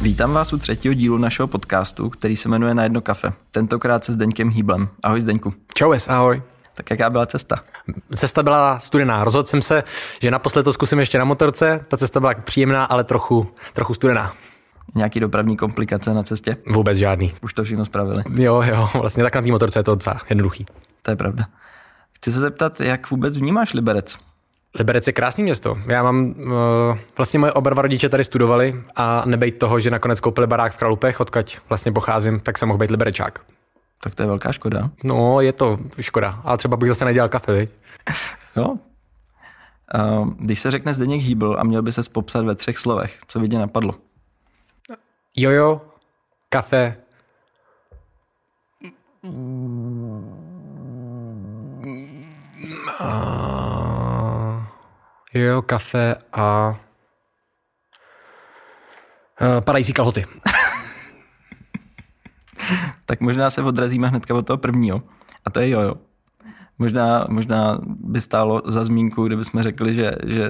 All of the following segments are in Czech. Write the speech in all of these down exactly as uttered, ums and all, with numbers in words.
Vítám vás u třetího dílu našeho podcastu, který se jmenuje Na jedno kafe. Tentokrát se Zdeňkem Hýblem. Ahoj Zdeňku. Čau, es, ahoj. Tak jaká byla cesta? Cesta byla studená. Rozhodl jsem se, že naposled to zkusím ještě na motorce. Ta cesta byla příjemná, ale trochu, trochu studená. Nějaký dopravní komplikace na cestě? Vůbec žádný. Už to všechno spravili? Jo, jo, vlastně tak na té motorce je to docela jednoduchý. To je pravda. Chci se zeptat, jak vůbec vnímáš Liberec? Liberec je krásný město. Já mám, uh, vlastně moje oba dva rodiče tady studovali a nebejt toho, že nakonec koupili barák v Kralupech, odkud vlastně pocházím, tak jsem mohl být Liberečák. Tak to je velká škoda. No, je to škoda. Ale třeba bych zase nedělal kafe, viď? Jo. Uh, když se řekne Zdeněk Hýbl a měl by ses popsat ve třech slovech, co by tě napadlo? Jojo, kafe. A... Jojo, kafe a... Uh, padající kalhoty. Tak možná se odrazíme hnedka od toho prvního. A to je jojo. Možná, možná by stálo za zmínku, kdybychom řekli, že, že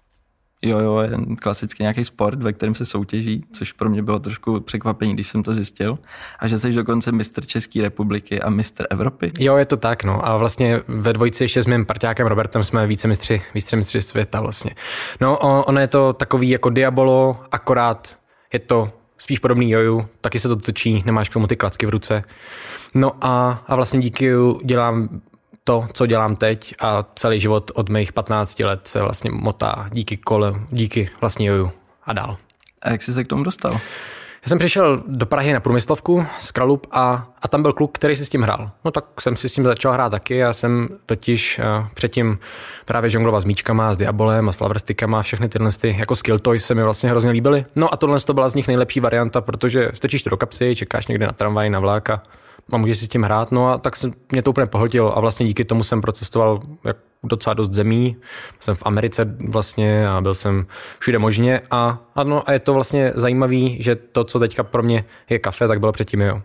jojo je klasicky nějaký sport, ve kterém se soutěží, což pro mě bylo trošku překvapení, když jsem to zjistil. A že jsi dokonce mistr České republiky a mistr Evropy. Jo, je to tak, no. A vlastně ve dvojici ještě s mým parťákem Robertem jsme vícemistři, vícemistři světa vlastně. No, ono je to takový jako diabolo, akorát je to spíš podobný joju, taky se to točí, nemáš k tomu ty klacky v ruce. No a, a vlastně díky joju dělám to, co dělám teď a celý život od mých patnácti let se vlastně motá díky kole, díky vlastně joju a dál. A jak jsi se k tomu dostal? Já jsem přišel do Prahy na průmyslovku z Kralup a, a tam byl kluk, který si s tím hrál. No tak jsem si s tím začal hrát taky. Já jsem totiž uh, předtím právě žongloval s míčkama, s diabolem a s flowerstickama a všechny tyhle ty, jako skill toys se mi vlastně hrozně líbily. No a tohle to byla z nich nejlepší varianta, protože strčíš to do kapsy, čekáš někde na tramvaj, na vlák a a můžeš si s tím hrát, no a tak se mě to úplně pohltilo a vlastně díky tomu jsem procestoval jak docela dost zemí. Jsem v Americe vlastně a byl jsem všude možně a, a, no, a je to vlastně zajímavý, že to, co teďka pro mě je kafe, tak bylo předtím jo.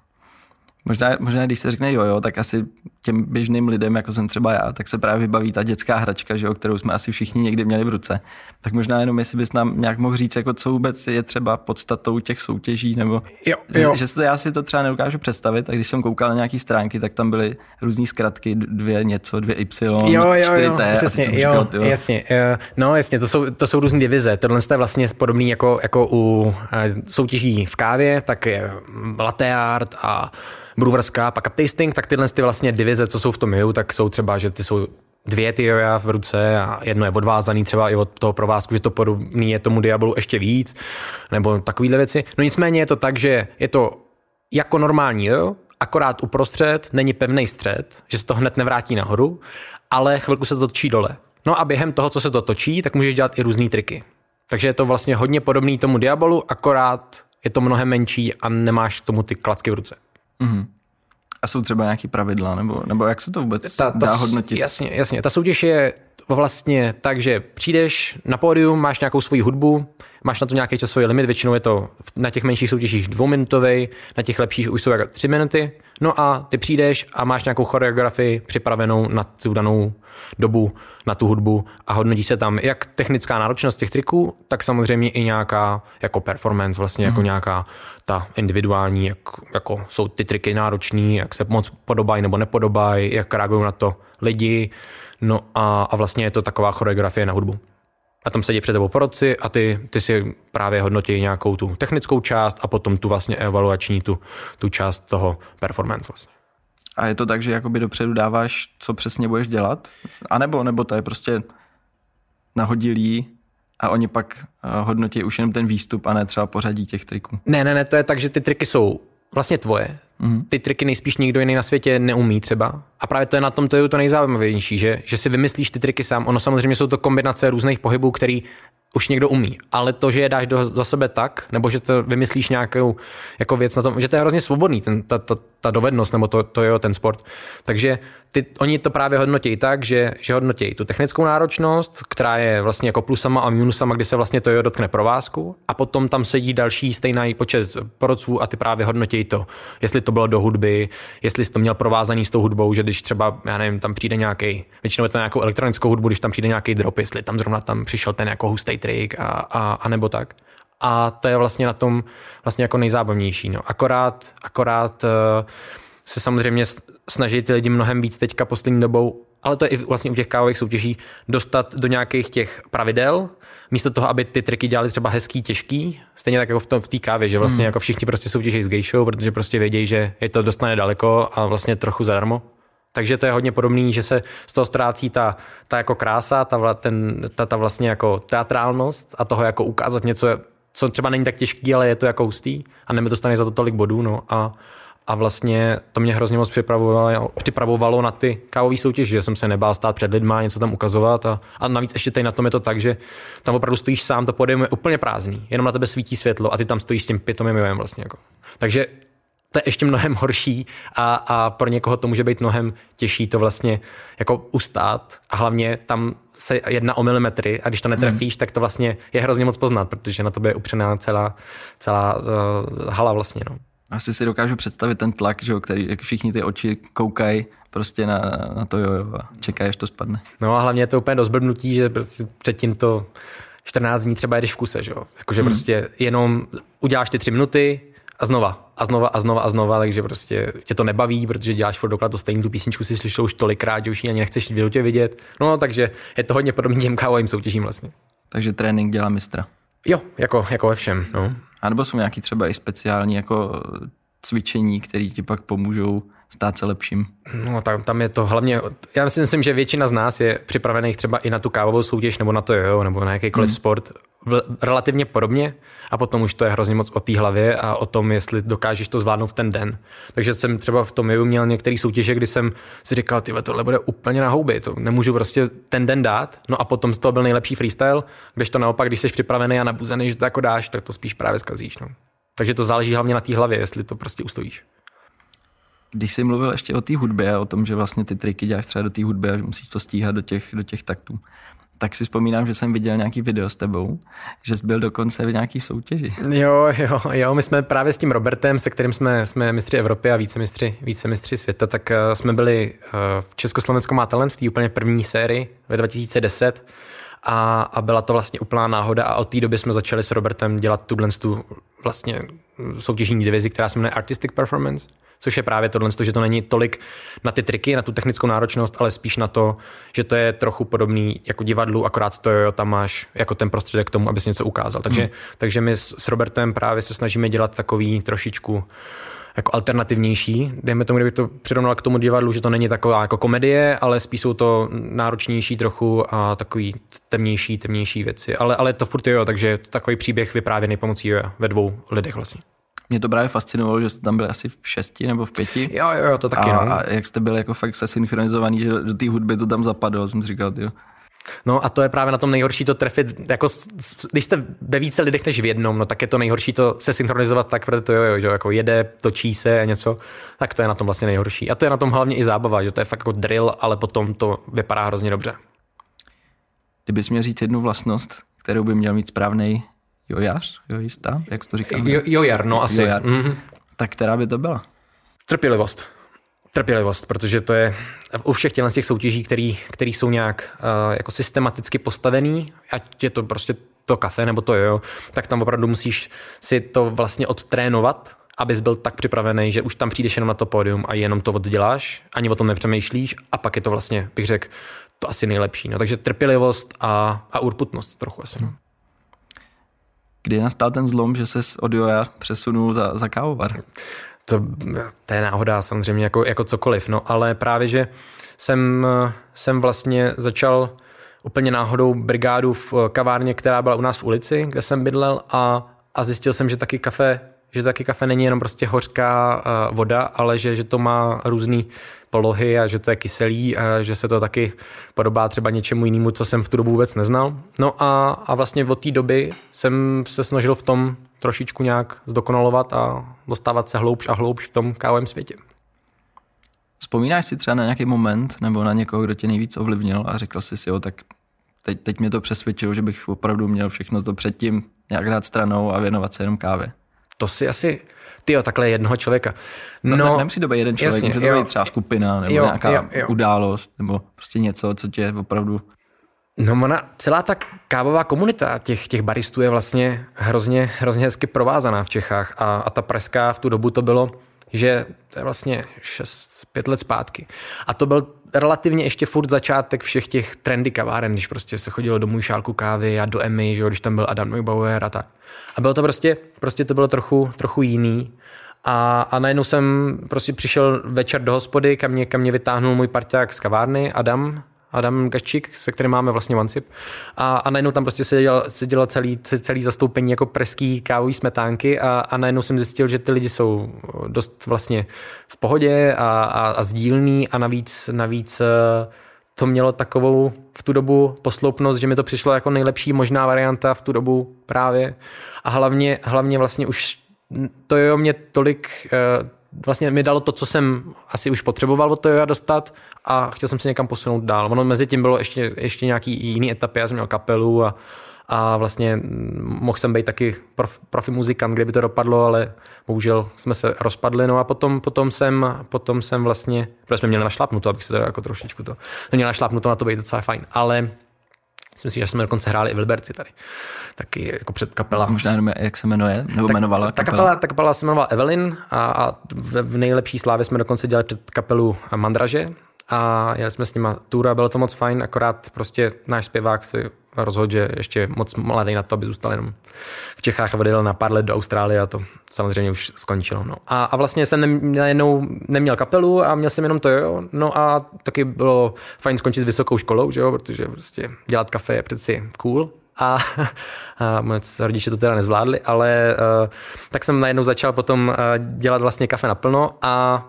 Možná, možná když se řekne jojo, tak asi těm běžným lidem, jako jsem třeba já, tak se právě vybaví ta dětská hračka, že jo, kterou jsme asi všichni někdy měli v ruce. Tak možná jenom, jestli bys nám nějak mohl říct, jako co vůbec je třeba podstatou těch soutěží, nebo jo, jo. Že, že já si to třeba nedokážu představit, a když jsem koukal na nějaký stránky, tak tam byly různý zkratky, dvě něco, dvě Y, jo, jo, čtyři jo, T. přesně, a jo, říkal, jasně, no jasně, to jsou, to jsou různý divize, tohle je vlastně podobný jako, jako u soutěží v kávě, tak je latte art a brewerská, pak cup tasting, tak tyhle ty vlastně divize, co jsou v tom joju, tak jsou třeba, že ty jsou dvě ty joja v ruce a jedno je odvázaný třeba i od toho provázku, že to podobný je tomu diabolu ještě víc, nebo takovýhle věci. No nicméně je to tak, že je to jako normální jojo, akorát uprostřed není pevný střed, že se to hned nevrátí nahoru, ale chvilku se to točí dole. No a během toho, co se to točí, tak můžeš dělat i různý triky. Takže je to vlastně hodně podobný tomu diabolu, akorát je to mnohem menší a nemáš k tomu ty klacky v ruce. Mm-hmm. A jsou třeba nějaký pravidla, nebo, nebo jak se to vůbec ta, ta, dá hodnotit? Jasně, jasně. Ta soutěž je vlastně tak, že přijdeš na pódium, máš nějakou svoji hudbu, máš na to nějaký časový limit, většinou je to na těch menších soutěžích dvouminutovej, na těch lepších už jsou jako tři minuty, no a ty přijdeš a máš nějakou choreografii připravenou na tu danou dobu, na tu hudbu a hodnotí se tam jak technická náročnost těch triků, tak samozřejmě i nějaká jako performance, vlastně mm. jako nějaká ta individuální, jak, jako jsou ty triky náročný, jak se moc podobají nebo nepodobají, jak reagují na to lidi, no a, a vlastně je to taková choreografie na hudbu. A tam sedí před tebou porodci a ty, ty si právě hodnotí nějakou tu technickou část a potom tu vlastně evaluační, tu, tu část toho performance vlastně. A je to tak, že jakoby dopředu dáváš, co přesně budeš dělat? A nebo, nebo to je prostě nahodilý a oni pak hodnotí už jenom ten výstup a ne třeba pořadí těch triků? Ne, ne, ne, to je tak, že ty triky jsou vlastně tvoje. Mm. Ty triky nejspíš nikdo jiný na světě neumí třeba. A právě to je na tom to je to nejzábavnější, že, že si vymyslíš ty triky sám. Ono samozřejmě jsou to kombinace různých pohybů, který už někdo umí, ale to, že je dáš do, za sebe tak, nebo že to vymyslíš nějakou jako věc na tom, že to je hrozně svobodný, ten, ta, ta, ta dovednost, nebo to, to je ten sport. Takže ty, oni to právě hodnotí tak, že, že hodnotí tu technickou náročnost, která je vlastně jako plusama a minusama, kdy se vlastně to jo dotkne provázku a potom tam sedí další stejný počet porodců a ty právě hodnotí to, jestli to bylo do hudby, jestli jsi to měl provázaný s tou hudbou, že když třeba, já nevím, tam přijde nějaký, většinou je to nějakou elektronickou hudbu, když tam přijde nějaký drop, jestli tam zrovna tam přišel ten jako hustý trik a, a, a nebo tak. a to je vlastně na tom vlastně jako nejzábavnější. No. Akorát, akorát uh, se samozřejmě snaží ty lidi mnohem víc teďka poslední dobou, ale to je i vlastně u těch kávových soutěží, dostat do nějakých těch pravidel, místo toho, aby ty triky dělali třeba hezký, těžký, stejně tak jako v, tom, v té kávě, že vlastně hmm. jako všichni prostě soutěží s gejšou, protože prostě vědějí, že je to dostane daleko a vlastně trochu zadarmo. Takže to je hodně podobný, že se z toho ztrácí ta, ta jako krása, ta, ten, ta, ta vlastně jako teatrálnost a toho jako ukázat něco, co třeba není tak těžký, ale je to jako hustý a nebo dostane za to tolik bodů, no a A vlastně to mě hrozně moc připravovalo, připravovalo na ty kávové soutěže, že jsem se nebál stát před lidma, něco tam ukazovat. A, a navíc ještě tady na tom je to tak, že tam opravdu stojíš sám, to pódium je úplně prázdný, jenom na tebe svítí světlo a ty tam stojíš s tím pitomým jevem vlastně. Jako. Takže to je ještě mnohem horší a, a pro někoho to může být mnohem těžší to vlastně jako ustát a hlavně tam se jedná o milimetry a když to netrefíš, hmm. tak to vlastně je hrozně moc poznat, protože na tobě je upřená celá, celá uh, hala vlastně. No. Asi si dokážu představit ten tlak, že, který jak všichni ty oči koukají prostě na, na to jojo a čekají, až to spadne. No a hlavně je to úplně dost blbnutí, že předtím to čtrnáct dní třeba jedeš v kuse, že jo. Jakože hmm. prostě jenom uděláš ty tři minuty a znova, a znova, a znova, a znova, takže prostě tě to nebaví, protože děláš furt doklad to stejný, tu písničku si slyšel už tolikrát, že už ji ani nechceš v životě vidět. No takže je to hodně podobný těm kávovým soutěžím vlastně. Takže trénink dělá mistra. Jo, jako, jako ve všem, no. A nebo jsou nějaký třeba i speciální jako cvičení, které ti pak pomůžou stát se lepším? No tam, tam je to hlavně, já si myslím, že většina z nás je připravených třeba i na tu kávovou soutěž nebo na to jo, nebo na jakýkoliv hmm. sport v, relativně podobně a potom už to je hrozně moc o té hlavě a o tom, jestli dokážeš to zvládnout v ten den. Takže jsem třeba v tom joju měl některé soutěže, kdy jsem si říkal, tyhle, tohle bude úplně na houby, to nemůžu prostě ten den dát, no a potom z toho byl nejlepší freestyle, kdežto naopak, když jsi připravený a nabuzený, že to jako dáš, tak to spíš právě zkazíš. No. Takže to záleží hlavně na té hlavě, jestli to prostě ustojíš. Když jsi mluvil ještě o té hudbě a o tom, že vlastně ty triky děláš třeba do té hudby a že musíš to stíhat do těch, do těch taktů, tak si vzpomínám, že jsem viděl nějaký video s tebou, že jsi byl dokonce v nějaký soutěži. Jo, jo, jo, my jsme právě s tím Robertem, se kterým jsme, jsme mistři Evropy a vícemistři, vícemistři světa, tak uh, jsme byli uh, v Československo má talent v té úplně první sérii ve dva tisíce deset a, a byla to vlastně úplná náhoda a od té doby jsme začali s Robertem dělat tuhle tu vlastně soutěžní divizi, která se jmenuje Artistic Performance, což je právě tohle, že to není tolik na ty triky, na tu technickou náročnost, ale spíš na to, že to je trochu podobný jako divadlu, akorát to jo, tam máš jako ten prostředek k tomu, abys něco ukázal. Takže, hmm. takže my s Robertem právě se snažíme dělat takový trošičku jako alternativnější. Dejme tomu, kdybych to přirovnal k tomu divadlu, že to není taková jako komedie, ale spíš jsou to náročnější trochu a takový temnější, temnější věci. Ale, ale to furt jo, takže takový příběh vyprávěný pomocí joja ve dvou lidech vlastně. Mě to právě fascinovalo, že jste tam byli asi v šesti nebo v pěti. Jo, jo, jo, to taky. A, no. a jak jste byli jako fakt synchronizovaný, že do té hudby to tam zapadlo, jsem si říkal, jo. No a to je právě na tom nejhorší to trefit, jako když jste ve více lidech než v jednom, no tak je to nejhorší to se synchronizovat tak, protože to jo, jo, že jako jede, točí se a něco, tak to je na tom vlastně nejhorší. A to je na tom hlavně i zábava, že to je fakt jako drill, ale potom to vypadá hrozně dobře. Kdybys měl říct jednu vlastnost, kterou by měl mít správnej jojař, jojista, jak to říkám? Jo, jojar, no asi. Jojar. Mm-hmm. Tak která by to byla? Trpělivost. Trpělivost, protože to je u všech těchto těch soutěží, který, který jsou nějak uh, jako systematicky postavený, ať je to prostě to kafe nebo to jo, tak tam opravdu musíš si to vlastně odtrénovat, abys byl tak připravený, že už tam přijdeš jenom na to pódium a jenom to odděláš, ani o tom nepřemýšlíš a pak je to vlastně, bych řekl, to asi nejlepší. No, takže trpělivost a, a urputnost trochu asi. No. Kdy nastal ten zlom, že ses od joja přesunul za, za kávovar? To, to je náhoda samozřejmě jako, jako cokoliv, no, ale právě, že jsem, jsem vlastně začal úplně náhodou brigádu v kavárně, která byla u nás v ulici, kde jsem bydlel a, a zjistil jsem, že taky kafe, že taky kafe není jenom prostě hořká uh, voda, ale že, že to má různý polohy a že to je kyselý a že se to taky podobá třeba něčemu jinému, co jsem v tu dobu vůbec neznal. No a, a vlastně od té doby jsem se snažil v tom trošičku nějak zdokonalovat a dostávat se hloubš a hloubš v tom kávovém světě. Vzpomínáš si třeba na nějaký moment nebo na někoho, kdo tě nejvíc ovlivnil a řekl jsi si, jo, tak teď, teď mě to přesvědčilo, že bych opravdu měl všechno to předtím nějak dát stranou a věnovat se jenom kávě? To si asi... Tyjo, takhle jednoho člověka. No, no nemusí to být jeden člověk, jasně, může to být třeba skupina nebo jo, nějaká jo, jo. událost nebo prostě něco, co tě opravdu No ona, celá ta kávová komunita těch, těch baristů je vlastně hrozně, hrozně hezky provázaná v Čechách a, a ta pražská v tu dobu to bylo, že to je vlastně šest, pět let zpátky. A to byl relativně ještě furt začátek všech těch trendy kaváren, když prostě se chodilo do Můj šálku kávy a do Emmy, že jo, když tam byl Adam Neubauer a tak. A bylo to prostě, prostě to bylo trochu, trochu jiný. A, a najednou jsem prostě přišel večer do hospody, kam mě, kam mě vytáhnul můj parťák z kavárny, Adam, Adam Gaščík, se kterým máme vlastně OneSip. A, a najednou tam prostě seděl, sedělo celý, celý zastoupení jako pražský kávový smetánky a, a najednou jsem zjistil, že ty lidi jsou dost vlastně v pohodě a, a, a sdílný a navíc, navíc to mělo takovou v tu dobu posloupnost, že mi to přišlo jako nejlepší možná varianta v tu dobu právě. A hlavně, hlavně vlastně už to jo mě tolik vlastně mi dalo to, co jsem asi už potřeboval od toho dostat a chtěl jsem se někam posunout dál. Ono mezi tím bylo ještě, ještě nějaký jiný etapy, já jsem měl kapelu a, a vlastně mohl jsem být taky prof, profi muzikant, kde by to dopadlo, ale bohužel jsme se rozpadli. No a potom, potom, jsem, potom jsem vlastně, protože jsme měli našlápnuto, abych se teda jako trošičku to, měli našlápnuto na to být docela fajn, ale myslím si, že jsme dokonce hráli i v Liberci tady. Taky jako před kapela. Možná jenom, jak se jmenuje, nebo tak, jmenovala ta kapela? Ta kapela se jmenovala Evelyn a, a v, v nejlepší slávě jsme dokonce dělali před kapelu Mandraže a jeli jsme s nima tour a bylo to moc fajn, akorát prostě náš zpěvák si rozhodl, že ještě moc mladý na to, aby zůstal jenom v Čechách a odjel na pár let do Austrálie a to samozřejmě už skončilo. No. A, a vlastně jsem najednou neměl kapelu a měl jsem jenom to, jo. No a taky bylo fajn skončit s vysokou školou, že jo, protože prostě dělat kafe je přeci cool. A, a moc rodiče to teda nezvládli, ale uh, tak jsem najednou začal potom uh, dělat vlastně kafe naplno a,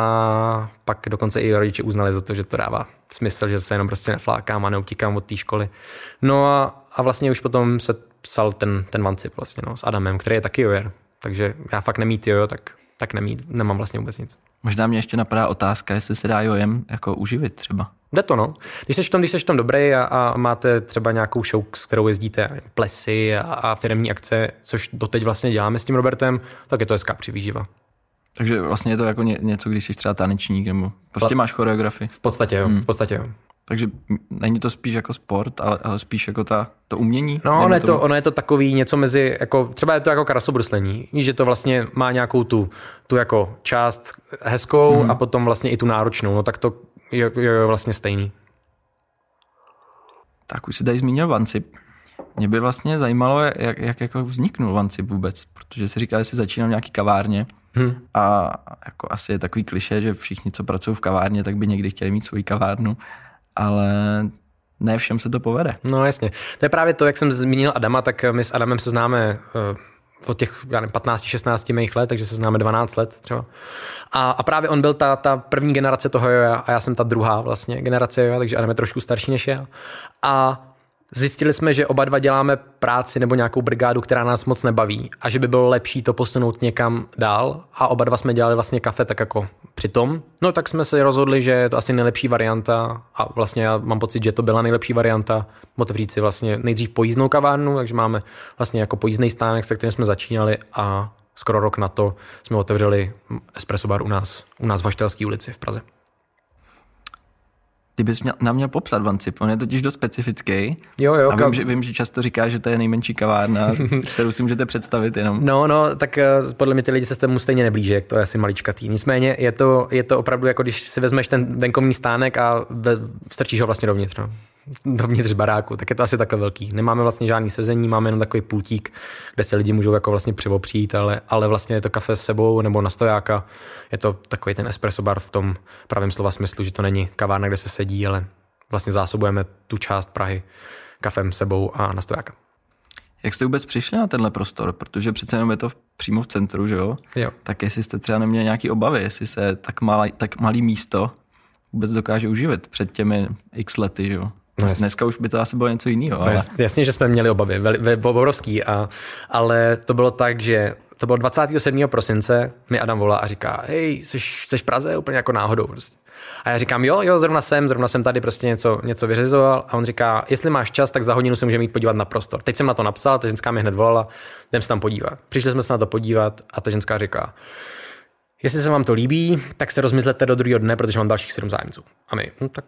a pak dokonce i rodiče uznali za to, že to dává smysl, že se jenom prostě neflákám a neutíkám od té školy. No a, a vlastně už potom se psal ten, ten OneSip vlastně no, s Adamem, který je taky jojer. Takže já fakt nemít jojo, tak, tak nemít, nemám vlastně vůbec nic. Možná mě ještě napadá otázka, jestli se dá jojem jako uživit třeba. Jde to, no. Když jsi v tom, když jsi v tom dobrý a, a máte třeba nějakou show, s kterou jezdíte, plesy a, a firemní akce, což doteď vlastně děláme s tím Robertem, tak je to hezká přivýživa. Takže vlastně je to jako ně, něco, když jsi třeba tanečník, nebo prostě máš choreografii. V podstatě jo, hmm. v podstatě jo. Takže není to spíš jako sport, ale, ale spíš jako ta, to umění? No, ono je to, ono je to takový něco mezi, jako, třeba je to jako krasobruslení. Víš, že to vlastně má nějakou tu, tu jako část hezkou hmm. a potom vlastně i tu náročnou. No tak to je, je vlastně stejný. Tak už si tady zmínil OneSip. Mě by vlastně zajímalo, jak, jak jako vzniknul OneSip vůbec, protože si říká, že jsi začínal v nějaký kavárně hmm. a jako asi je takový klišé, že všichni, co pracují v kavárně, tak by někdy chtěli mít svoji kavárnu, ale ne všem se to povede. No jasně. To je právě to, jak jsem zmínil Adama, tak my s Adamem se známe uh, od těch já nevím, patnáct šestnáct mých let, takže se známe dvanáct let třeba. A, a právě on byl ta, ta první generace toho joja a já jsem ta druhá vlastně generace joja, takže Adam je trošku starší než já. A zjistili jsme, že oba dva děláme práci nebo nějakou brigádu, která nás moc nebaví a že by bylo lepší to posunout někam dál a oba dva jsme dělali vlastně kafe tak jako přitom. No tak jsme se rozhodli, že je to asi nejlepší varianta a vlastně já mám pocit, že to byla nejlepší varianta otevřít si vlastně nejdřív pojízdnou kavárnu, takže máme vlastně jako pojízdný stánek, se kterým jsme začínali a skoro rok na to jsme otevřeli espresso bar u nás, u nás v Haštelské ulici v Praze. Kdybys měl, nám měl popsat OneSip, on je totiž dost specifický. Jo, jo. A vím, že, vím, že často říká, že to je nejmenší kavárna, kterou si můžete představit jenom. No, no, tak podle mě ty lidi se s tému stejně neblíží, jak to je asi maličkatý. Nicméně je to, je to opravdu jako když si vezmeš ten venkovní stánek a strčíš ho vlastně dovnitř, no. dovnitř baráku, tak je to asi takhle velký. Nemáme vlastně žádný sezení, máme jenom takový pultík, kde se lidi můžou jako vlastně přivopřít, ale, ale vlastně je to kafe s sebou nebo na stojáka. Je to takový ten espresso bar v tom pravém slova smyslu, že to není kavárna, kde se sedí, ale vlastně zásobujeme tu část Prahy kafem s sebou a na stojáka. Jak jste vůbec přišli na tenhle prostor? Protože přece jenom je to přímo v centru, že jo? Jo. Tak jestli jste třeba neměli nějaký obavy, jestli se tak, malý, tak malý místo vůbec dokáže uživit před těmi x lety, že jo? No dneska už by to asi bylo něco jiného. Ale... No jasně, že jsme měli obavy, obrovský, a, ale to bylo tak, že to bylo dvacátého sedmého prosince, mi Adam volá a říká, hej, jsi, jsi v Praze úplně jako náhodou. Prostě. A já říkám, jo, jo, zrovna jsem, zrovna jsem tady prostě něco, něco vyřizoval a on říká, jestli máš čas, tak za hodinu se můžeme jít podívat na prostor. Teď jsem na to napsal, ta ženská mi hned volala, jdem se tam podívat. Přišli jsme se na to podívat a ta ženská říká, jestli se vám to líbí, tak se rozmyslete do druhého dne, protože mám dalších sedm zájemců. A my, no tak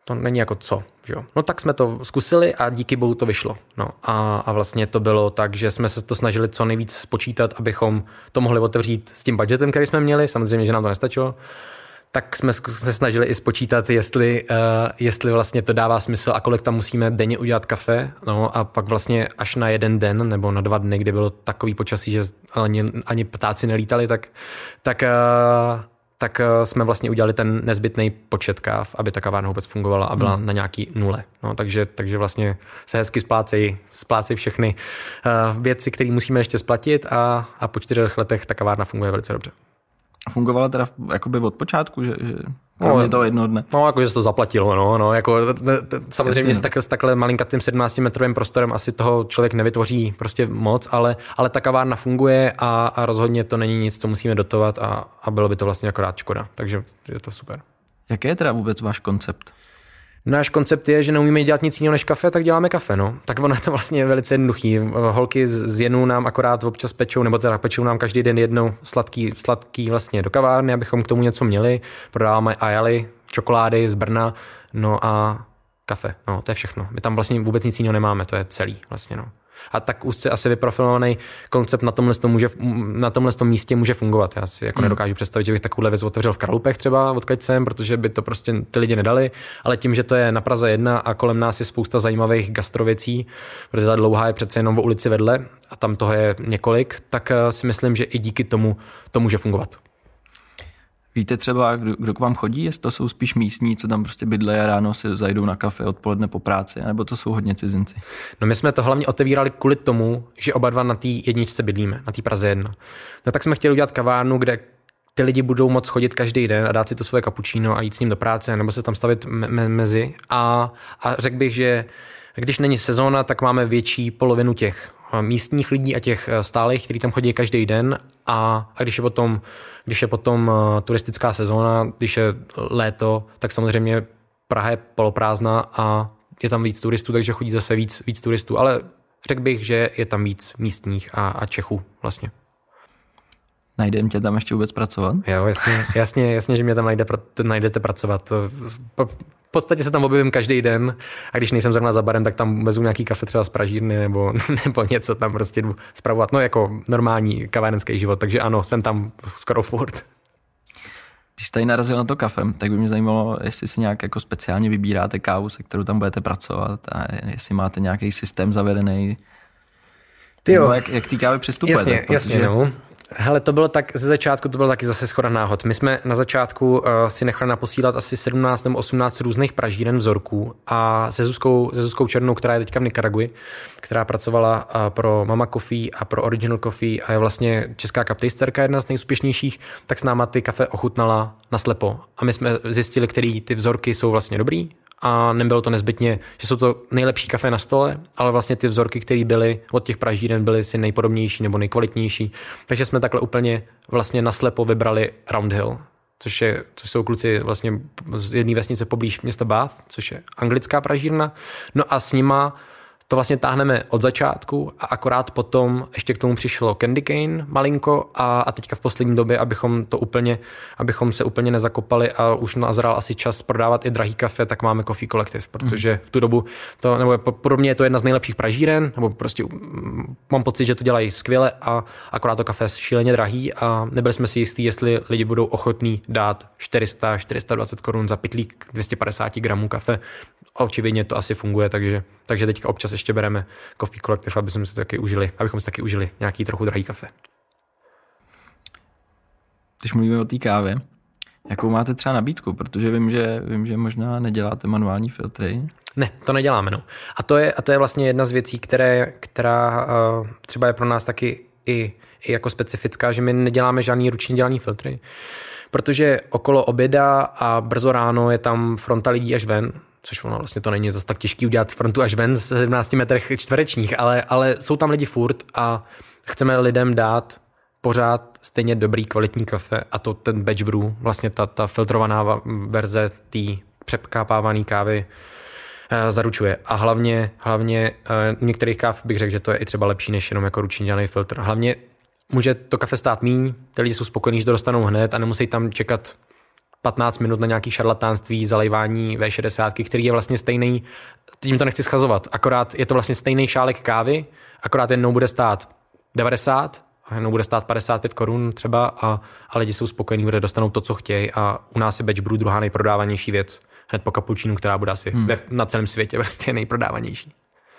to není jako co, že jo. No tak jsme to zkusili a díky bohu to vyšlo. No a, a vlastně to bylo tak, že jsme se to snažili co nejvíc spočítat, abychom to mohli otevřít s tím budgetem, který jsme měli, samozřejmě, že nám to nestačilo. Tak jsme se snažili i spočítat, jestli, uh, jestli vlastně to dává smysl a kolik tam musíme denně udělat kafe. No a pak vlastně až na jeden den nebo na dva dny, kdy bylo takový počasí, že ani, ani ptáci nelítali, tak, tak, uh, tak uh, jsme vlastně udělali ten nezbytný počet káv, aby ta kavárna vůbec fungovala a byla hmm. na nějaký nule. No, takže, takže vlastně se hezky splácejí, splácejí všechny uh, věci, které musíme ještě splatit a, a po čtyřech letech ta kavárna funguje velice dobře. Fungovala teda jakoby od počátku, že, že kromě no, toho jednoho dne? No, jako, že se to zaplatilo, no, no jako t, t, samozřejmě s, tak, s takhle malinkatým sedmnáctimetrovým prostorem asi toho člověk nevytvoří prostě moc, ale, ale ta kavárna funguje a, a rozhodně to není nic, co musíme dotovat a, a bylo by to vlastně akorát škoda, takže je to super. Jaký je teda vůbec váš koncept? Náš koncept je, že neumíme dělat nic jiného než kafe, tak děláme kafe, no. Tak ono je to vlastně velice jednoduchý. Holky z Jenu nám akorát občas pečou, nebo teda pečou nám každý den jednou sladký, sladký vlastně do kavárny, abychom k tomu něco měli. Prodáváme ajaly, čokolády z Brna, no a kafe, no to je všechno. My tam vlastně vůbec nic jiného nemáme, to je celý vlastně, no. A tak úzce asi vyprofilovaný koncept na tomhle, může, na tomhle místě může fungovat. Já si jako hmm. nedokážu představit, že bych takovouhle věc otevřel v Kralupech třeba, odkud jsem, protože by to prostě ty lidi nedali, ale tím, že to je na Praze jedna a kolem nás je spousta zajímavých gastrověcí, protože ta Dlouhá je přece jenom o ulici vedle a tam toho je několik, tak si myslím, že i díky tomu to může fungovat. Víte třeba, kdo, kdo k vám chodí, jestli to jsou spíš místní, co tam prostě bydlejí a ráno si zajdou na kafe odpoledne po práci, nebo to jsou hodně cizinci? No my jsme to hlavně otevírali kvůli tomu, že oba dva na té jedničce bydlíme, na té Praze jedna. No tak jsme chtěli udělat kavárnu, kde ty lidi budou moct chodit každý den a dát si to svoje kapučíno a jít s ním do práce, nebo se tam stavit me- mezi. A, a řekl bych, že když není sezóna, tak máme větší polovinu těch místních lidí a těch stálých, kteří tam chodí každý den a, a když je potom, když je potom uh, turistická sezóna, když je léto, tak samozřejmě Praha je poloprázdná a je tam víc turistů, takže chodí zase víc, víc turistů, ale řekl bych, že je tam víc místních a, a Čechů vlastně. Najdeme tě tam ještě vůbec pracovat? Jo, jasně, jasně, jasně, že mě tam najde, najdete pracovat. V podstatě se tam objevím každý den a když nejsem zrovna za barem, tak tam vezmu nějaký kafe třeba z pražírny nebo, nebo něco tam prostě jdu spravovat. No jako normální kavárenský život, takže ano, jsem tam skoro furt. Když jste narazil na to kafem, tak by mě zajímalo, jestli si nějak jako speciálně vybíráte kávu, se kterou tam budete pracovat a jestli máte nějaký systém zavedený. Nebo jak, jak té kávy přistupujete. Jasně, jasně, protože... no. Hele, to bylo tak, ze začátku to bylo taky zase shoda náhod. My jsme na začátku uh, si nechali naposílat asi sedmnáct nebo osmnáct různých pražíren vzorků a se Zuzkou, se Zuzkou Černou, která je teďka v Nikaraguji, která pracovala uh, pro Mama Coffee a pro Original Coffee a je vlastně česká cup tasterka, jedna z nejúspěšnějších, tak s náma ty kafe ochutnala naslepo. A my jsme zjistili, který ty vzorky jsou vlastně dobrý. A nebylo to nezbytně, že jsou to nejlepší kafe na stole, ale vlastně ty vzorky, které byly od těch pražíren, byly si nejpodobnější nebo nejkvalitnější. Takže jsme takhle úplně vlastně naslepo vybrali Roundhill, což, je, což jsou kluci vlastně z jedné vesnice poblíž města Bath, což je anglická pražírna. No a s nima to vlastně táhneme od začátku a akorát potom ještě k tomu přišlo Candy Cane malinko a, a teďka v poslední době, abychom to úplně, abychom se úplně nezakopali a už nazrál asi čas prodávat i drahý kafe, tak máme Coffee Collective, protože v tu dobu to, nebo podobně je to jedna z nejlepších pražíren, nebo prostě mám pocit, že to dělají skvěle a akorát to kafe je šíleně drahý a nebyli jsme si jistí, jestli lidi budou ochotní dát čtyři sta až čtyři sta dvacet korun za pytlík dvě stě padesát gramů kafe. Očividně to asi funguje, takže, takže teďka občas ještě bereme Coffee Collective, abychom si taky užili, abychom si taky užili nějaký trochu drahý kafe. Když mluvíme o té kávě, jakou máte třeba nabídku? Protože vím, že, vím, že možná neděláte manuální filtry. Ne, to neděláme. No. A, to je, a to je vlastně jedna z věcí, které, která uh, třeba je pro nás taky i, i jako specifická, že my neděláme žádný ručně dělaný filtry, protože okolo oběda a brzo ráno je tam fronta lidí až ven, což ono vlastně to není zase tak těžký udělat frontu až ven z sedmnácti metrech čtverečních, ale, ale jsou tam lidi furt a chceme lidem dát pořád stejně dobrý kvalitní kafe a to ten batch brew, vlastně ta, ta filtrovaná verze té překápávané kávy e, zaručuje. A hlavně, hlavně e, u některých káv bych řekl, že to je i třeba lepší než jenom jako ručně dělaný filtr. Hlavně může to kafe stát míň, ty lidi jsou spokojení, že to dostanou hned a nemusí tam čekat patnáct minut na nějaký šarlatánství, zalejvání vé šedesát, který je vlastně stejný, tím to nechci schazovat, akorát je to vlastně stejný šálek kávy, akorát jednou bude stát devadesát, a jednou bude stát padesát pět korun třeba a, a lidi jsou spokojení, protože dostanou to, co chtějí a u nás je batch brew druhá nejprodávanější věc, hned po cappuccinu, která bude asi hmm. na celém světě prostě nejprodávanější.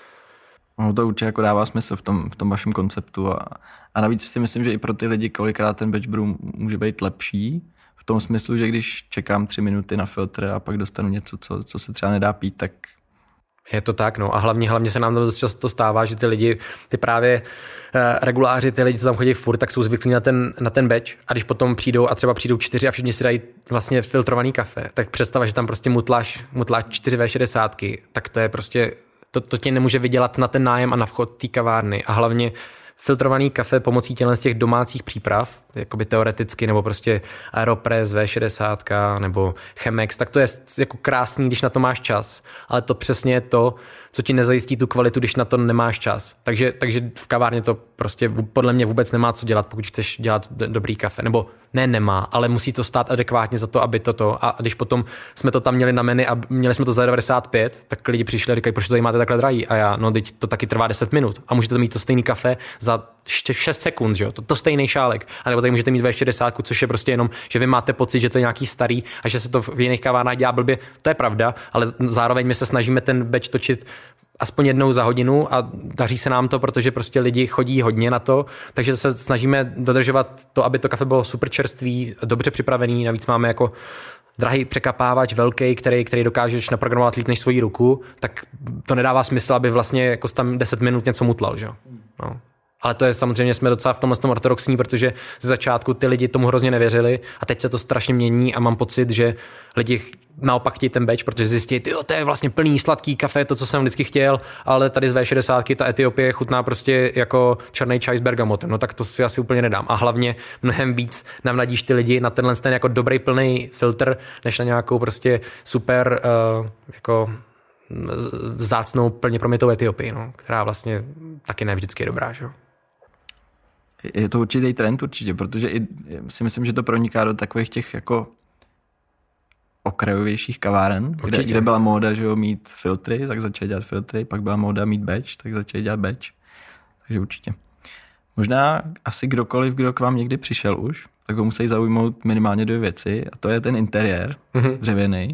No to určitě jako dává smysl v tom, v tom vašem konceptu a, a navíc si myslím, že i pro ty lidi kolikrát ten batch brew může být lepší, v tom smyslu, že když čekám tři minuty na filtr a pak dostanu něco, co, co se třeba nedá pít, tak je to tak, no a hlavně, hlavně se nám to dost často stává, že ty lidi, ty právě uh, reguláři, ty lidi, co tam chodí furt, tak jsou zvyklí na ten, na ten batch a když potom přijdou a třeba přijdou čtyři a všichni si dají vlastně filtrovaný kafe, tak představa, že tam prostě mutláš, mutláš čtyři vé šedesát, tak to je prostě, to, to tě nemůže vydělat na ten nájem a na vchod té kavárny a hlavně filtrovaný kafe pomocí těchto z těch domácích příprav, jakoby teoreticky, nebo prostě Aeropress, vé šedesát nebo Chemex, tak to je jako krásný, když na to máš čas, ale to přesně je to, co ti nezajistí tu kvalitu, když na to nemáš čas. Takže, takže v kavárně to prostě podle mě vůbec nemá co dělat, pokud chceš dělat dobrý kafe. Nebo ne, nemá, ale musí to stát adekvátně za to, aby toto. A když potom jsme to tam měli na menu a měli jsme to za devadesát pět, tak lidi přišli a říkají, proč to tady máte takhle drahý? A já, no teď to taky trvá deset minut a můžete mít to stejný kafe za šest sekund, že jo? To, to stejný šálek. A nebo tady můžete mít vé šedesát, což je prostě jenom, že vy máte pocit, že to je nějaký starý a že se to v jiných kavárnách dělá blbě. To je pravda, ale zároveň my se snažíme ten batch točit aspoň jednou za hodinu a daří se nám to, protože prostě lidi chodí hodně na to, takže se snažíme dodržovat to, aby to kafe bylo super čerstvý, dobře připravený, navíc máme jako drahý překapávač velký, který, který dokážeš naprogramovat líp než svoji ruku, tak to nedává smysl, aby vlastně jako tam deset minut něco mutlal, že jo. No. Ale to je samozřejmě, jsme docela v tomhle tom ortodoxní, protože ze začátku ty lidi tomu hrozně nevěřili a teď se to strašně mění a mám pocit, že lidi naopak chtějí ten batch, protože zjistí, tyjo, to je vlastně plný sladký kafe, to, co jsem vždycky chtěl, ale tady z vé šedesát ta Etiopie chutná prostě jako černý čaj s bergamotem, no tak to si asi úplně nedám. A hlavně mnohem víc navnadíš ty lidi na tenhle ten jako dobrý plný filtr, než na nějakou prostě super uh, jako vzácnou plně promytou Etiopii, no, která vlastně taky ne vždycky je dobrá, že jo. Je to určitý trend určitě, protože i si myslím, že to proniká do takových těch jako okrajovějších kaváren, kde, kde byla móda, že jo, mít filtry, tak začali dělat filtry, pak byla móda mít batch, tak začali dělat batch. Takže určitě. Možná asi kdokoliv, kdo k vám někdy přišel už, tak ho musí zaujmout minimálně dvě věci a to je ten interiér mm-hmm. dřevěný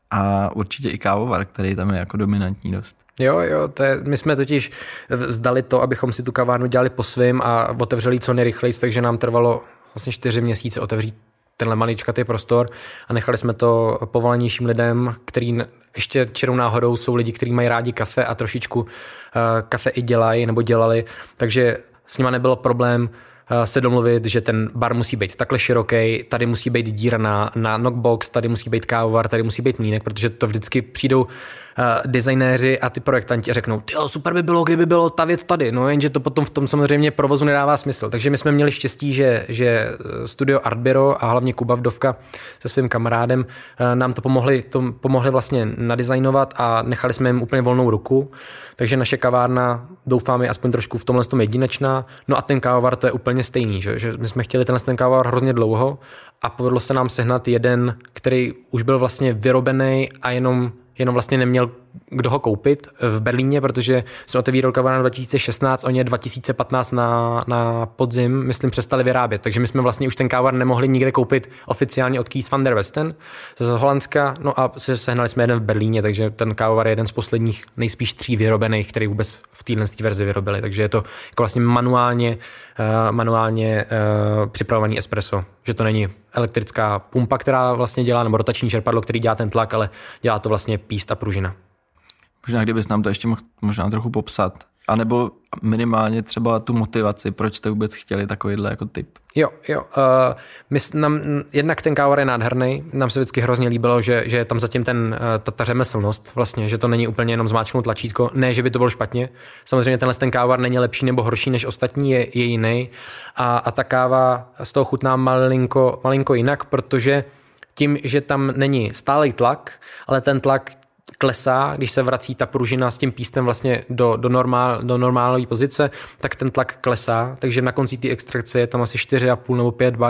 a určitě i kávovar, který tam je jako dominantní dost. Jo, jo, to je, my jsme totiž vzdali to, abychom si tu kavárnu dělali po svým a otevřeli co nejrychleji, takže nám trvalo vlastně čtyři měsíce otevřít tenhle maličkatý prostor a nechali jsme to povolanějším lidem, který ještě čirou náhodou jsou lidi, kteří mají rádi kafe a trošičku uh, kafe i dělají nebo dělali, takže s nima nebyl problém se domluvit, že ten bar musí být takhle široký, tady musí být díra na, na knockbox, tady musí být kávovar, tady musí být mlýnek, protože to vždycky přijdou uh, designéři a ty projektanti a řeknou, jo, super by bylo, kdyby bylo ta věc tady, no jenže to potom v tom samozřejmě provozu nedává smysl. Takže my jsme měli štěstí, že, že studio Art Bureau a hlavně Kuba Vdovka se svým kamarádem uh, nám to pomohli, to pomohli vlastně nadizajnovat a nechali jsme jim úplně volnou ruku. Takže naše kavárna, doufám, je aspoň trošku v tomhle tom jedinečná. No a ten kávovar to je úplně stejný, že, že my jsme chtěli tenhle ten kávovar hrozně dlouho a povedlo se nám sehnat jeden, který už byl vlastně vyrobený a jenom, jenom vlastně neměl kdo ho koupit v Berlíně, protože jsme otevírali kavárnu dva tisíce šestnáct, oni dva tisíce patnáct na, na podzim, myslím, přestali vyrábět. Takže my jsme vlastně už ten kávovar nemohli nikde koupit oficiálně od Kees van der Westen z Holandska, no a sehnali jsme jeden v Berlíně, takže ten kávovar je jeden z posledních nejspíš tří vyrobených, který vůbec v téhle verzi vyrobili. Takže je to jako vlastně manuálně, uh, manuálně uh, připravovaný espresso, že to není elektrická pumpa, která vlastně dělá, nebo rotační čerpadlo, který dělá ten tlak, ale dělá to vlastně píst a pružina. Možná kdybys nám to ještě mohl možná trochu popsat. A nebo minimálně třeba tu motivaci, proč jste vůbec chtěli takovýhle jako typ. Jo, jo. Uh, my, nám, jednak ten kávovar je nádherný. Nám se vždycky hrozně líbilo, že, že je tam zatím ten, ta, ta řemeslnost vlastně, že to není úplně jenom zmáčknout tlačítko. Ne, že by to bylo špatně. Samozřejmě tenhle ten kávovar není lepší nebo horší než ostatní, je, je jiný. A, a ta káva z toho chutná malinko, malinko jinak, protože tím, že tam není stálý tlak, ale ten tlak klesá, když se vrací ta pružina s tím pístem vlastně do, do, normál, do normálové pozice, tak ten tlak klesá, takže na konci té extrakce je tam asi čtyři a půl nebo pět barů,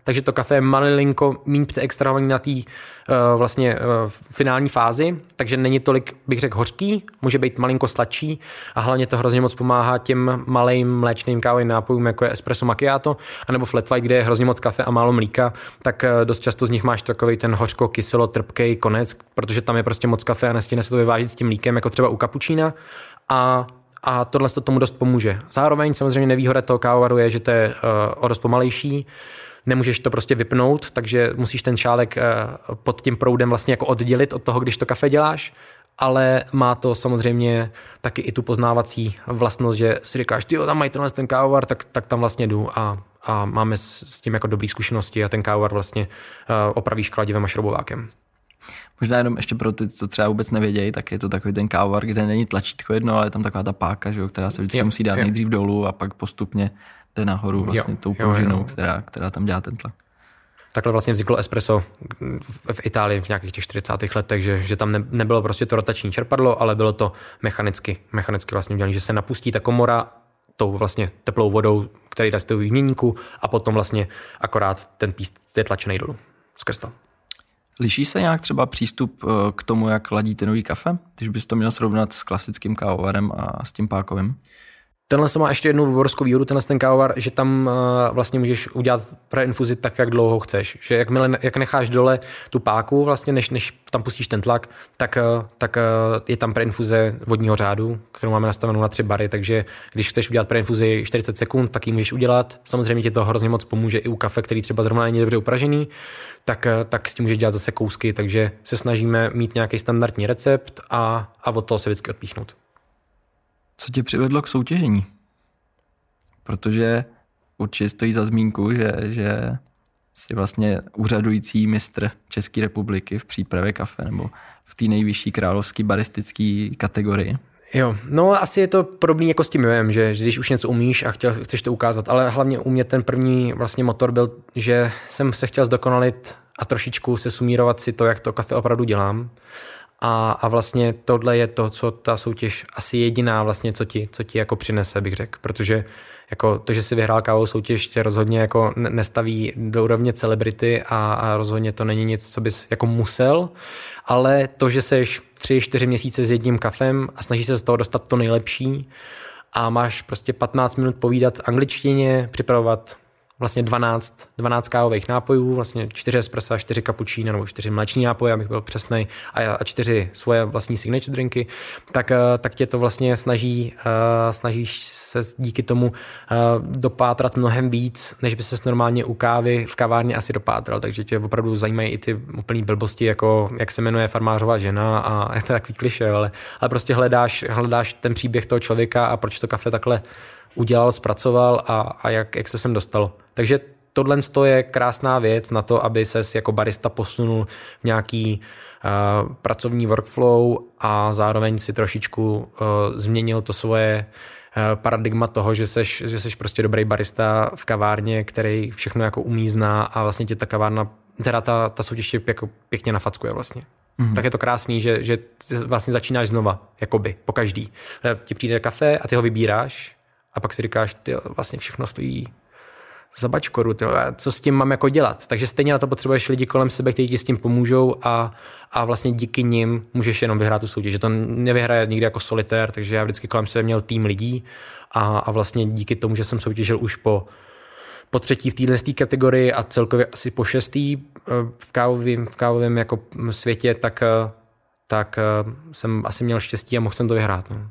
takže to kafe je malinko méně přeextrahovaný na té uh, vlastně uh, finální fázi, takže není tolik, bych řekl, hořký, může být malinko sladší a hlavně to hrozně moc pomáhá těm malým mléčným kávovým nápojům, jako je espresso macchiato, anebo flat white, kde je hrozně moc kafe a málo mlíka, tak uh, dost často z nich máš takový ten hořko, kyselo, trpkej konec, protože tam je prostě moc kafe a nestihne se to vyvážit s tím mlíkem, jako třeba u kapučína. A A tohle to tomu dost pomůže. Zároveň samozřejmě nevýhoda toho kávovaru je, že to je uh, o dost pomalejší, nemůžeš to prostě vypnout, takže musíš ten šálek uh, pod tím proudem vlastně jako oddělit od toho, když to kafe děláš, ale má to samozřejmě taky i tu poznávací vlastnost, že si říkáš, tyjo, tam mají tenhle ten kávovar, tak, tak tam vlastně jdu a, a máme s, s tím jako dobrý zkušenosti a ten kávovar vlastně uh, opravíš kladivem a šrobovákem. Možná jenom ještě pro ty, co třeba vůbec nevědějí, tak je to takový ten kávovar, kde není tlačítko jedno, ale je tam taková ta páka, že jo, která se vždycky jo, musí dát jo. nejdřív dolů a pak postupně jde nahoru vlastně jo, tou pružinou, která, která tam dělá ten tlak. Takhle vlastně vzniklo espresso v Itálii v nějakých těch čtyřicátých letech, že, že tam ne, nebylo prostě to rotační čerpadlo, ale bylo to mechanicky, mechanicky vlastně udělané, že se napustí ta komora tou vlastně teplou vodou, který dá z toho výměníku a potom vlastně akorát ten píst je tlačený dolů skrz to. Liší se nějak třeba přístup k tomu, jak ladíte nový kafe, když bys to měl srovnat s klasickým kávovarem a s tím pákovým? Tenhle má ještě jednu obrovskou výhodu, tenhle ten kávovar, že tam vlastně můžeš udělat preinfuzi tak, jak dlouho chceš. Že jakmile, jak necháš dole tu páku, vlastně, než, než tam pustíš ten tlak, tak, tak je tam preinfuze vodního řádu, kterou máme nastavenou na tři bary, takže když chceš udělat preinfuzi čtyřicet sekund, tak ji můžeš udělat. Samozřejmě ti to hrozně moc pomůže i u kafe, který třeba zrovna není dobře upražený, tak, tak s tím můžeš dělat zase kousky, takže se snažíme mít nějaký standardní recept a, a od toho se vždycky odpíchnout. Co tě přivedlo k soutěžení? Protože určitě stojí za zmínku, že, že jsi vlastně úřadující mistr České republiky v přípravě kafe nebo v té nejvyšší královské baristické kategorii. Jo, no asi je to podobný jako s tím jojem, že, že když už něco umíš a chtěl, chceš to ukázat, ale hlavně u mě ten první vlastně motor byl, že jsem se chtěl zdokonalit a trošičku se sumírovat si to, jak to kafe opravdu dělám. A, a vlastně tohle je to, co ta soutěž asi jediná vlastně, co ti, co ti jako přinese, bych řekl, protože jako to, že si vyhrál kávovou soutěž, tě rozhodně jako nestaví do úrovně celebrity a, a rozhodně to není nic, co bys jako musel, ale to, že seš tři, čtyři měsíce s jedním kafem a snažíš se z toho dostat to nejlepší a máš prostě patnáct minut povídat v angličtině, připravovat vlastně dvanáct, dvanáct kávových nápojů, vlastně čtyři espressa, čtyři kapučína nebo čtyři mléčný nápoje, abych byl přesnej, a čtyři svoje vlastní signature drinky, tak, tak tě to vlastně snaží, snažíš se díky tomu dopátrat mnohem víc, než by ses normálně u kávy v kavárně asi dopátral, takže tě opravdu zajímají i ty úplný blbosti, jako jak se jmenuje farmářová žena a je to takový klišé, ale, ale prostě hledáš, hledáš ten příběh toho člověka a proč to kafe takhle udělal, zpracoval a, a jak, jak se sem dostalo. Takže tohle je krásná věc na to, aby ses jako barista posunul v nějaký uh, pracovní workflow a zároveň si trošičku uh, změnil to svoje uh, paradigma toho, že seš, že seš prostě dobrý barista v kavárně, který všechno jako umí, zná a vlastně tě ta kavárna, teda ta, ta soutěž jako pěkně nafackuje vlastně. Mm-hmm. Tak je to krásný, že, že vlastně začínáš znova, jakoby, po každý. Ti přijde kafe a ty ho vybíráš a pak si říkáš, ty vlastně všechno stojí za bačkoru, tyjo, co s tím mám jako dělat. Takže stejně na to potřebuješ lidi kolem sebe, kteří ti s tím pomůžou a, a vlastně díky nim můžeš jenom vyhrát tu soutěž. Že to nevyhraje nikdy jako solitér, takže já vždycky kolem sebe měl tým lidí a, a vlastně díky tomu, že jsem soutěžil už po, po třetí v této kategorii a celkově asi po šestý v kávovém, v kávovém jako světě, tak, tak jsem asi měl štěstí a mohl jsem to vyhrát. No.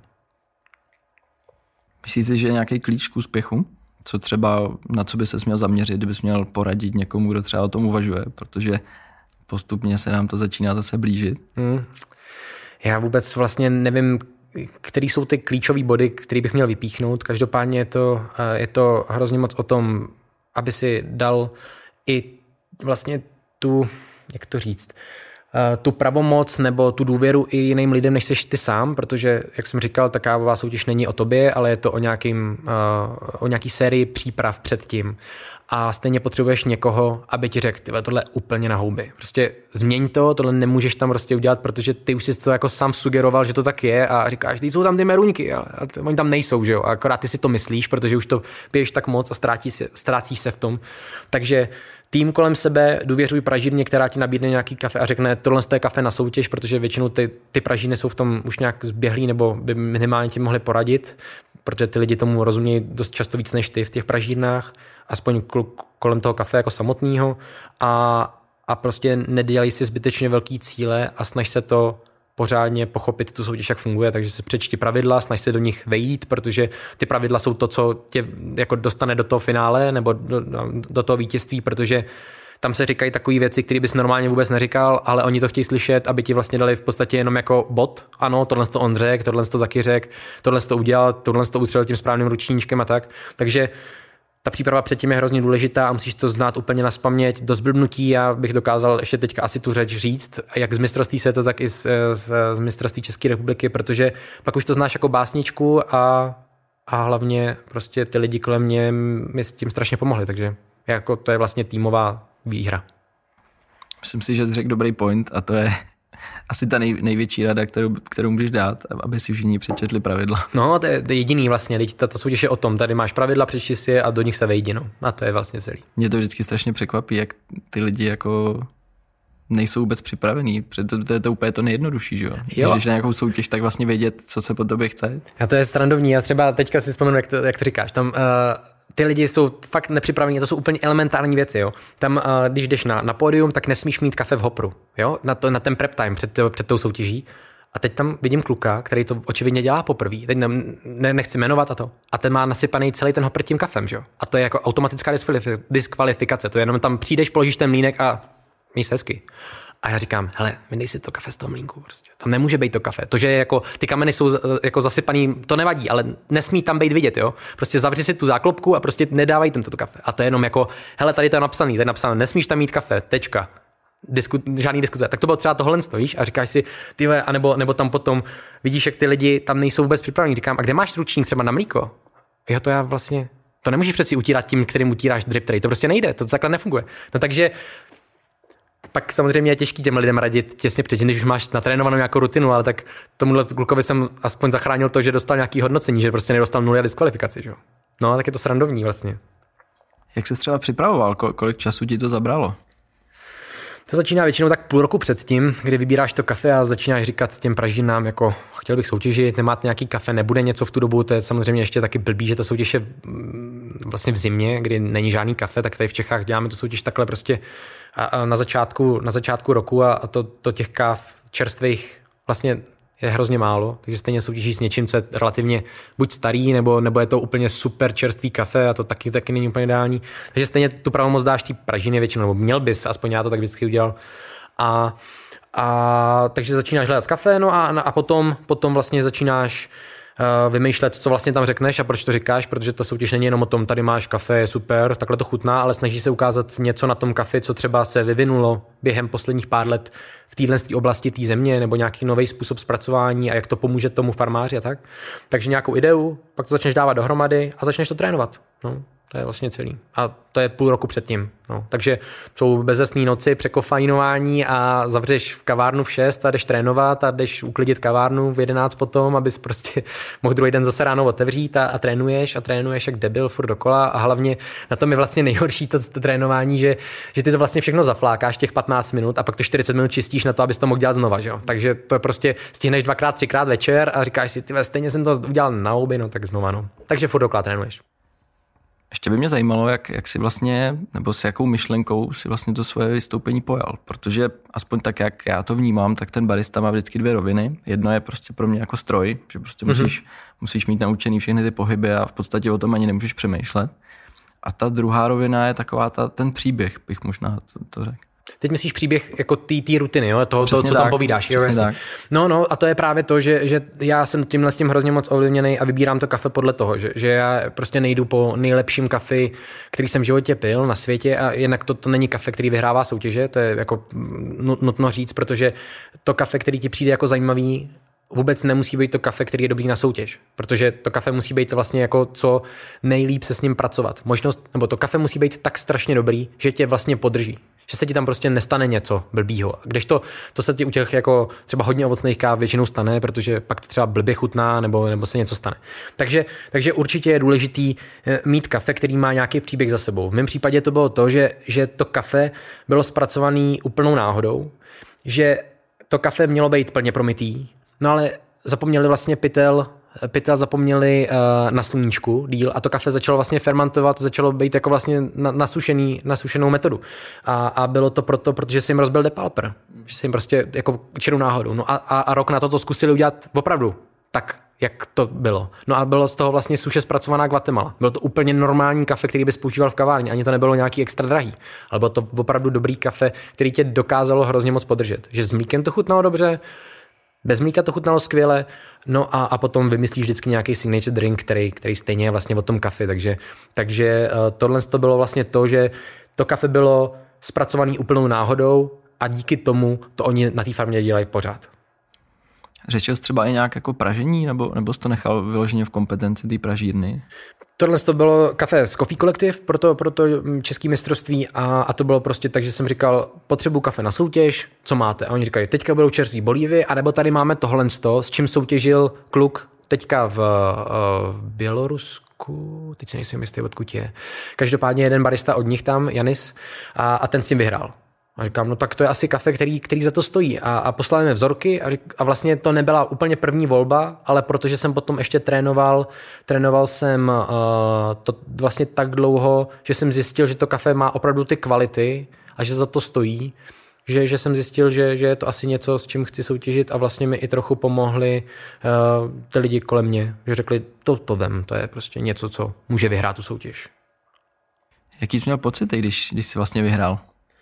Myslíš si, že je nějaký klíč k úspěchu? Co třeba, na co by ses měl zaměřit, kdybys měl poradit někomu, kdo třeba o tom uvažuje, protože postupně se nám to začíná zase blížit. Hmm. Já vůbec vlastně nevím, který jsou ty klíčové body, který bych měl vypíchnout. Každopádně je to, je to hrozně moc o tom, aby si dal i vlastně tu, jak to říct, tu pravomoc nebo tu důvěru i jiným lidem, než seš ty sám, protože, jak jsem říkal, ta kávová soutěž není o tobě, ale je to o, nějakým, o nějaký sérii příprav předtím. A stejně potřebuješ někoho, aby ti řekl, tyhle, tohle je úplně na houby. Prostě změň to, tohle nemůžeš tam prostě udělat, protože ty už jsi to jako sám sugeroval, že to tak je a říkáš, ty jsou tam ty meruňky, ale oni tam nejsou, že jo? A akorát ty si to myslíš, protože už to piješ tak moc a ztrátíš se, ztrácíš se v tom. Takže tým kolem sebe, důvěřuj pražírně, která ti nabídne nějaký kafe a řekne, tohle je kafe na soutěž, protože většinou ty, ty pražírny jsou v tom už nějak zběhlí nebo by minimálně ti mohli poradit, protože ty lidi tomu rozumějí dost často víc než ty v těch pražírnách, aspoň kolem toho kafe jako samotného a, a prostě nedělají si zbytečně velký cíle a snaž se to pořádně pochopit tu soutěž, jak funguje, takže se přečti pravidla, snaž se do nich vejít, protože ty pravidla jsou to, co tě jako dostane do toho finále nebo do, do toho vítězství, protože tam se říkají takové věci, které bys normálně vůbec neříkal, ale oni to chtějí slyšet, aby ti vlastně dali v podstatě jenom jako bod. Ano, tohle to on řekl, tohle to taky řekl, tohle to udělal, tohle to utřel tím správným ručníčkem a tak. Takže ta příprava předtím je hrozně důležitá a musíš to znát úplně naspaměť. Do zblbnutí já bych dokázal ještě teďka asi tu řeč říct, jak z mistrovství světa, tak i z, z, z mistrovství České republiky, protože pak už to znáš jako básničku a, a hlavně prostě ty lidi kolem mě mi s tím strašně pomohli, takže jako to je vlastně týmová výhra. Myslím si, že jsi řekl dobrý point a to je asi ta nej, největší rada, kterou, kterou můžeš dát, aby si všichni přečetli pravidla. No, to je, to je jediný vlastně, ta, ta soutěž je o tom, tady máš pravidla, přečti si je a do nich se vejdi, no. A to je vlastně celý. Mě to vždycky strašně překvapí, jak ty lidi jako nejsou vůbec připravený, protože to, to je to úplně to nejjednodušší, že jo? Když jdeš na nějakou soutěž, tak vlastně vědět, co se po tobě chce. A to je srandovní, já třeba teďka si vzpomenu, jak to, jak to říkáš, tam... Uh... Ty lidi jsou fakt nepřipravení, to jsou úplně elementární věci. Jo. Tam, když jdeš na, na pódium, tak nesmíš mít kafe v hopru, jo? Na, to, na ten prep time před, před tou soutěží. A teď tam vidím kluka, který to očividně dělá poprvé. Teď ne, ne, nechci jmenovat a to. A ten má nasypaný celý ten hopr tím kafem, že jo? A to je jako automatická diskvalifikace. To je jenom tam přijdeš, položíš ten mlýnek a míj se hezky. A já říkám, hele, vydej si to kafe z toho mlýnku. Prostě. Tam nemůže být to kafe. To, že jako ty kameny jsou jako zasypaný, to nevadí, ale nesmí tam být vidět, jo. Prostě zavři si tu záklopku a prostě nedávaj tam toto kafe. A to je jenom jako, hele, tady to je napsaný, tady je napsané, nesmíš tam mít kafe, tečka. Disku, žádný diskuze. Tak to bylo třeba tohle stojíš a říkáš si, ty a nebo, nebo tam potom vidíš, jak ty lidi tam nejsou vůbec připravení. Říkám, a kde máš ručník třeba na mlíko? Jo, to já vlastně, to nemůžeš přeci utírat tím, kterým utíráš drip tray. To prostě nejde, to takhle nefunguje. No takže pak samozřejmě je těžký těm lidem radit těsně předtím, když už máš natrénovanou nějakou rutinu, ale tak tomuhle klukovi jsem aspoň zachránil to, že dostal nějaký hodnocení, že prostě nedostal nuly a diskvalifikaci, že jo. No, tak je to srandovní vlastně. Jak ses třeba připravoval? Kolik času ti to zabralo? To začíná většinou tak půl roku předtím, kdy vybíráš to kafe a začínáš říkat těm pražírnám, jako chtěl bych soutěžit, nemáte nějaký kafe, nebude něco v tu dobu, to je samozřejmě ještě taky blbý, že ta soutěž je vlastně v zimě, kdy není žádný kafe, tak tady v Čechách děláme tu soutěž takhle prostě na začátku, na začátku roku a to, to těch káv čerstvých vlastně je hrozně málo, takže stejně soutěží s něčím, co je relativně buď starý, nebo, nebo je to úplně super čerstvý kafe a to taky, taky není úplně ideální. Takže stejně tu pravomoc dáš té pražině většinou, nebo měl bys, aspoň já to tak vždycky udělal. A, a takže začínáš hledat kafe, no a, a potom, potom vlastně začínáš uh, vymýšlet, co vlastně tam řekneš a proč to říkáš, protože ta soutěž není jenom o tom, tady máš kafe, je super, takhle to chutná, ale snaží se ukázat něco na tom kafe, co třeba se vyvinulo během posledních pár let v téhle oblasti té země, nebo nějaký nový způsob zpracování a jak to pomůže tomu farmáři a tak. Takže nějakou ideu, pak to začneš dávat dohromady a začneš to trénovat. No, to je vlastně celý. A to je půl roku předtím. No. Takže jsou bezesný noci, překofainování a zavřeš v kavárnu v šest a jdeš trénovat a jdeš uklidit kavárnu v jedenáct potom, abys prostě mohl druhý den zase ráno otevřít a, a trénuješ a trénuješ jak debil furt dokola a hlavně na tom je vlastně nejhorší to, to trénování, že, že ty to vlastně všechno zaflákáš těch patnáct minut a pak to čtyřicet minut čistíš na to, abys to mohl dělat znova, že jo? Takže to je prostě stihneš dvakrát, třikrát večer a říkáš si, ty stejně jsem to udělal na houby, no tak znova, no. Takže furt dokola trénuješ. Ještě by mě zajímalo, jak, jak si vlastně, nebo s jakou myšlenkou si vlastně to svoje vystoupení pojal, protože aspoň tak, jak já to vnímám, tak ten barista má vždycky dvě roviny. Jedno je prostě pro mě jako stroj, že prostě mm-hmm. musíš, musíš mít naučený všechny ty pohyby a v podstatě o tom ani nemůžeš přemýšlet. A ta druhá rovina je taková ta, ten příběh, bych možná to, to řekl. Teď myslíš příběh jako té rutiny, jo? Toho, toho, co tak, tam povídáš. Jo? No, no, a to je právě to, že, že já jsem tímhle s tím hrozně moc ovlivněný a vybírám to kafe podle toho, že, že já prostě nejdu po nejlepším kafi, který jsem v životě pil na světě a jinak to, to není kafe, který vyhrává soutěže, to je jako nutno říct, protože to kafe, který ti přijde jako zajímavý, vůbec nemusí být to kafe, který je dobrý na soutěž, protože to kafe musí být vlastně jako co nejlíp se s ním pracovat. Možnost, nebo to kafe musí být tak strašně dobrý, že tě vlastně podrží. Že se ti tam prostě nestane něco blbýho. Kdežto to se ti u těch jako třeba hodně ovocných káv většinou stane, protože pak to třeba blbě chutná nebo, nebo se něco stane. Takže, takže určitě je důležitý mít kafe, který má nějaký příběh za sebou. V mém případě to bylo to, že, že to kafe bylo zpracované úplnou náhodou, že to kafe mělo být plně promytý, no ale zapomněli vlastně pytel pytel zapomněli uh, na sluníčku díl a to kafe začalo vlastně fermentovat, začalo být jako vlastně na, nasušený, nasušenou metodu. A, a bylo to proto, protože se jim rozbil depalper. Že se jim prostě jako čirou náhodou. No a, a, a rok na to to zkusili udělat opravdu tak, jak to bylo. No a bylo z toho vlastně suše zpracovaná Guatemala. Bylo to úplně normální kafe, který bys používal v kavárně. Ani to nebylo nějaký extra drahý. Ale bylo to opravdu dobrý kafe, který tě dokázalo hrozně moc podržet. Že s mlíkem to chutnalo dobře, bez mlíka to chutnalo skvěle, no a, a potom vymyslíš vždycky nějaký signature drink, který, který stejně je vlastně o tom kafe, takže, takže tohle to bylo vlastně to, že to kafe bylo zpracované úplnou náhodou a díky tomu to oni na té farmě dělají pořád. Řečil jsi třeba i nějak jako pražení, nebo, nebo jsi to nechal vyloženě v kompetenci té pražírny? Tohle to bylo kafe z Coffee Collective, proto, proto český mistrovství a, a to bylo prostě tak, že jsem říkal, potřebuji kafe na soutěž, co máte? A oni říkají, teďka budou čerstvý bolívy, anebo tady máme tohle sto, s čím soutěžil kluk teďka v, v Bělorusku, teď si nejsem jistý, odkud je. Každopádně jeden barista od nich tam, Janis, a, a ten s tím vyhrál. A říkám, no tak to je asi kafe, který, který za to stojí. A, a poslali mi vzorky a, řík, a vlastně to nebyla úplně první volba, ale protože jsem potom ještě trénoval, trénoval jsem uh, to vlastně tak dlouho, že jsem zjistil, že to kafe má opravdu ty kvality a že za to stojí, že, že jsem zjistil, že, že je to asi něco, s čím chci soutěžit a vlastně mi i trochu pomohli uh, ty lidi kolem mě, že řekli, to, to vem, to je prostě něco, co může vyhrát tu soutěž. Jaký jsi měl pocity, když, když jsi vlastně vyhrál?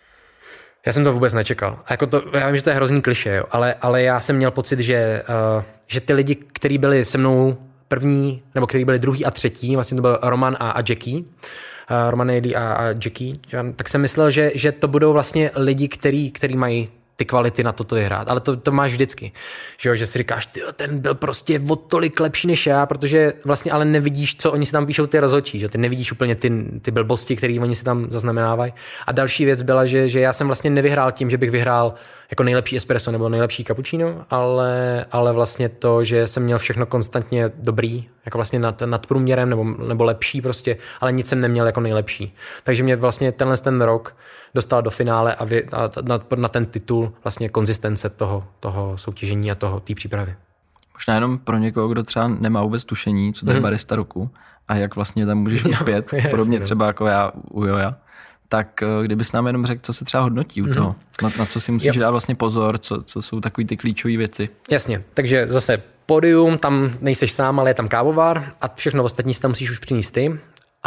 Já jsem to vůbec nečekal. A jako to, já vím, že to je hrozný klišé, jo, ale, ale já jsem měl pocit, že, uh, že ty lidi, kteří byli se mnou první, nebo kteří byli druhý a třetí, vlastně to byl Roman a, a Jackie, uh, Roman Nejlí a, a Jackie, tak jsem myslel, že, že to budou vlastně lidi, který, který mají ty kvality na toto vyhrát. Ale to, to máš vždycky. Že, jo, že si říkáš, tyjo, ten byl prostě o tolik lepší než já, protože vlastně ale nevidíš, co oni si tam píšou ty rozhodčí. Že? Ty nevidíš úplně ty, ty blbosti, které oni si tam zaznamenávají. A další věc byla, že, že já jsem vlastně nevyhrál tím, že bych vyhrál jako nejlepší espresso nebo nejlepší cappuccino, ale, ale vlastně to, že jsem měl všechno konstantně dobrý, jako vlastně nad, nad průměrem nebo, nebo lepší prostě, ale nic jsem neměl jako nejlepší. Takže mě vlastně tenhle ten rok dostal do finále a, vy, a na, na ten titul vlastně konzistence toho, toho soutěžení a toho té přípravy. Možná jenom pro někoho, kdo třeba nemá vůbec tušení, co to je mm. barista roku a jak vlastně tam můžeš uspět, no, podobně jasně, třeba jako já u Joja, tak kdybys nám jenom řekl, co se třeba hodnotí u toho, mm. na, na co si musíš jo. dát vlastně pozor, co, co jsou takový ty klíčové věci. Jasně, takže zase pódium, tam nejseš sám, ale je tam kávovar a všechno ostatní si tam musíš už přinést ty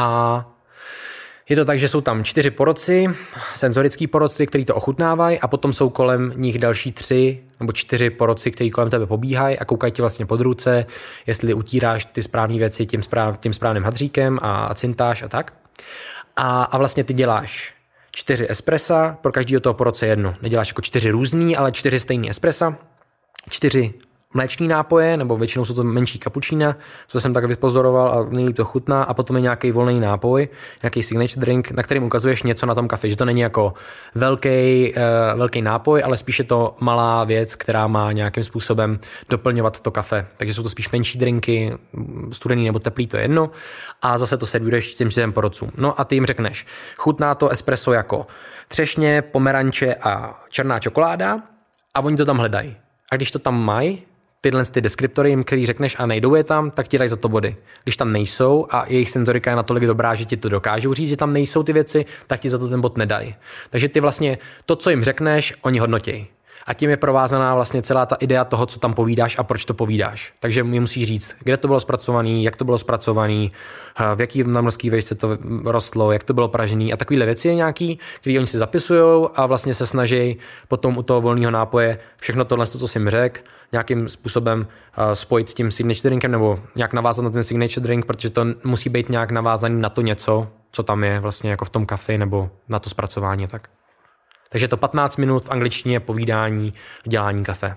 a je to tak, že jsou tam čtyři poroci, senzorický poroci, který to ochutnávají a potom jsou kolem nich další tři nebo čtyři poroci, který kolem tebe pobíhají a koukají ti vlastně pod ruce, jestli utíráš ty správné věci tím, správ, tím správným hadříkem a, a cintáš a tak. A, a vlastně ty děláš čtyři espressa, pro každého toho poroce jedno. Neděláš jako čtyři různý, ale čtyři stejný espressa, čtyři mléčný nápoje, nebo většinou jsou to menší kapučína, co jsem tak vypozoroval a nejlíp to chutná, a potom je nějaký volný nápoj, nějaký signature drink, na kterým ukazuješ něco na tom kafe, že to není jako velký, uh, velký nápoj, ale spíš je to malá věc, která má nějakým způsobem doplňovat to kafe. Takže jsou to spíš menší drinky, studený nebo teplý, to je jedno, a zase to servíruješ těm čtyřem porodcům. No a ty jim řekneš, chutná to espresso jako třešně, pomeranče a černá čokoláda, a oni to tam hledají. A když to tam mají, tyhle ty deskriptory, jim, který řekneš a nejdou je tam, tak ti dají za to body. Když tam nejsou a jejich senzorika je natolik dobrá, že ti to dokážou říct, že tam nejsou ty věci, tak ti za to ten bod nedají. Takže ty vlastně to, co jim řekneš, oni hodnotí. A tím je provázaná vlastně celá ta idea toho, co tam povídáš a proč to povídáš. Takže mi musíš říct, kde to bylo zpracované, jak to bylo zpracované, v jaký nadmořský vejšce to rostlo, jak to bylo pražené a takovéhle věci je nějaký, které oni si zapisují a vlastně se snaží potom u toho volného nápoje všechno tohle, co jsi jim řekl, nějakým způsobem spojit s tím signature drinkem nebo nějak navázat na ten signature drink, protože to musí být nějak navázaný na to něco, co tam je vlastně jako v tom kafi nebo na to zpracování tak. Takže to patnáct minut v angličtině povídání, dělání kafe.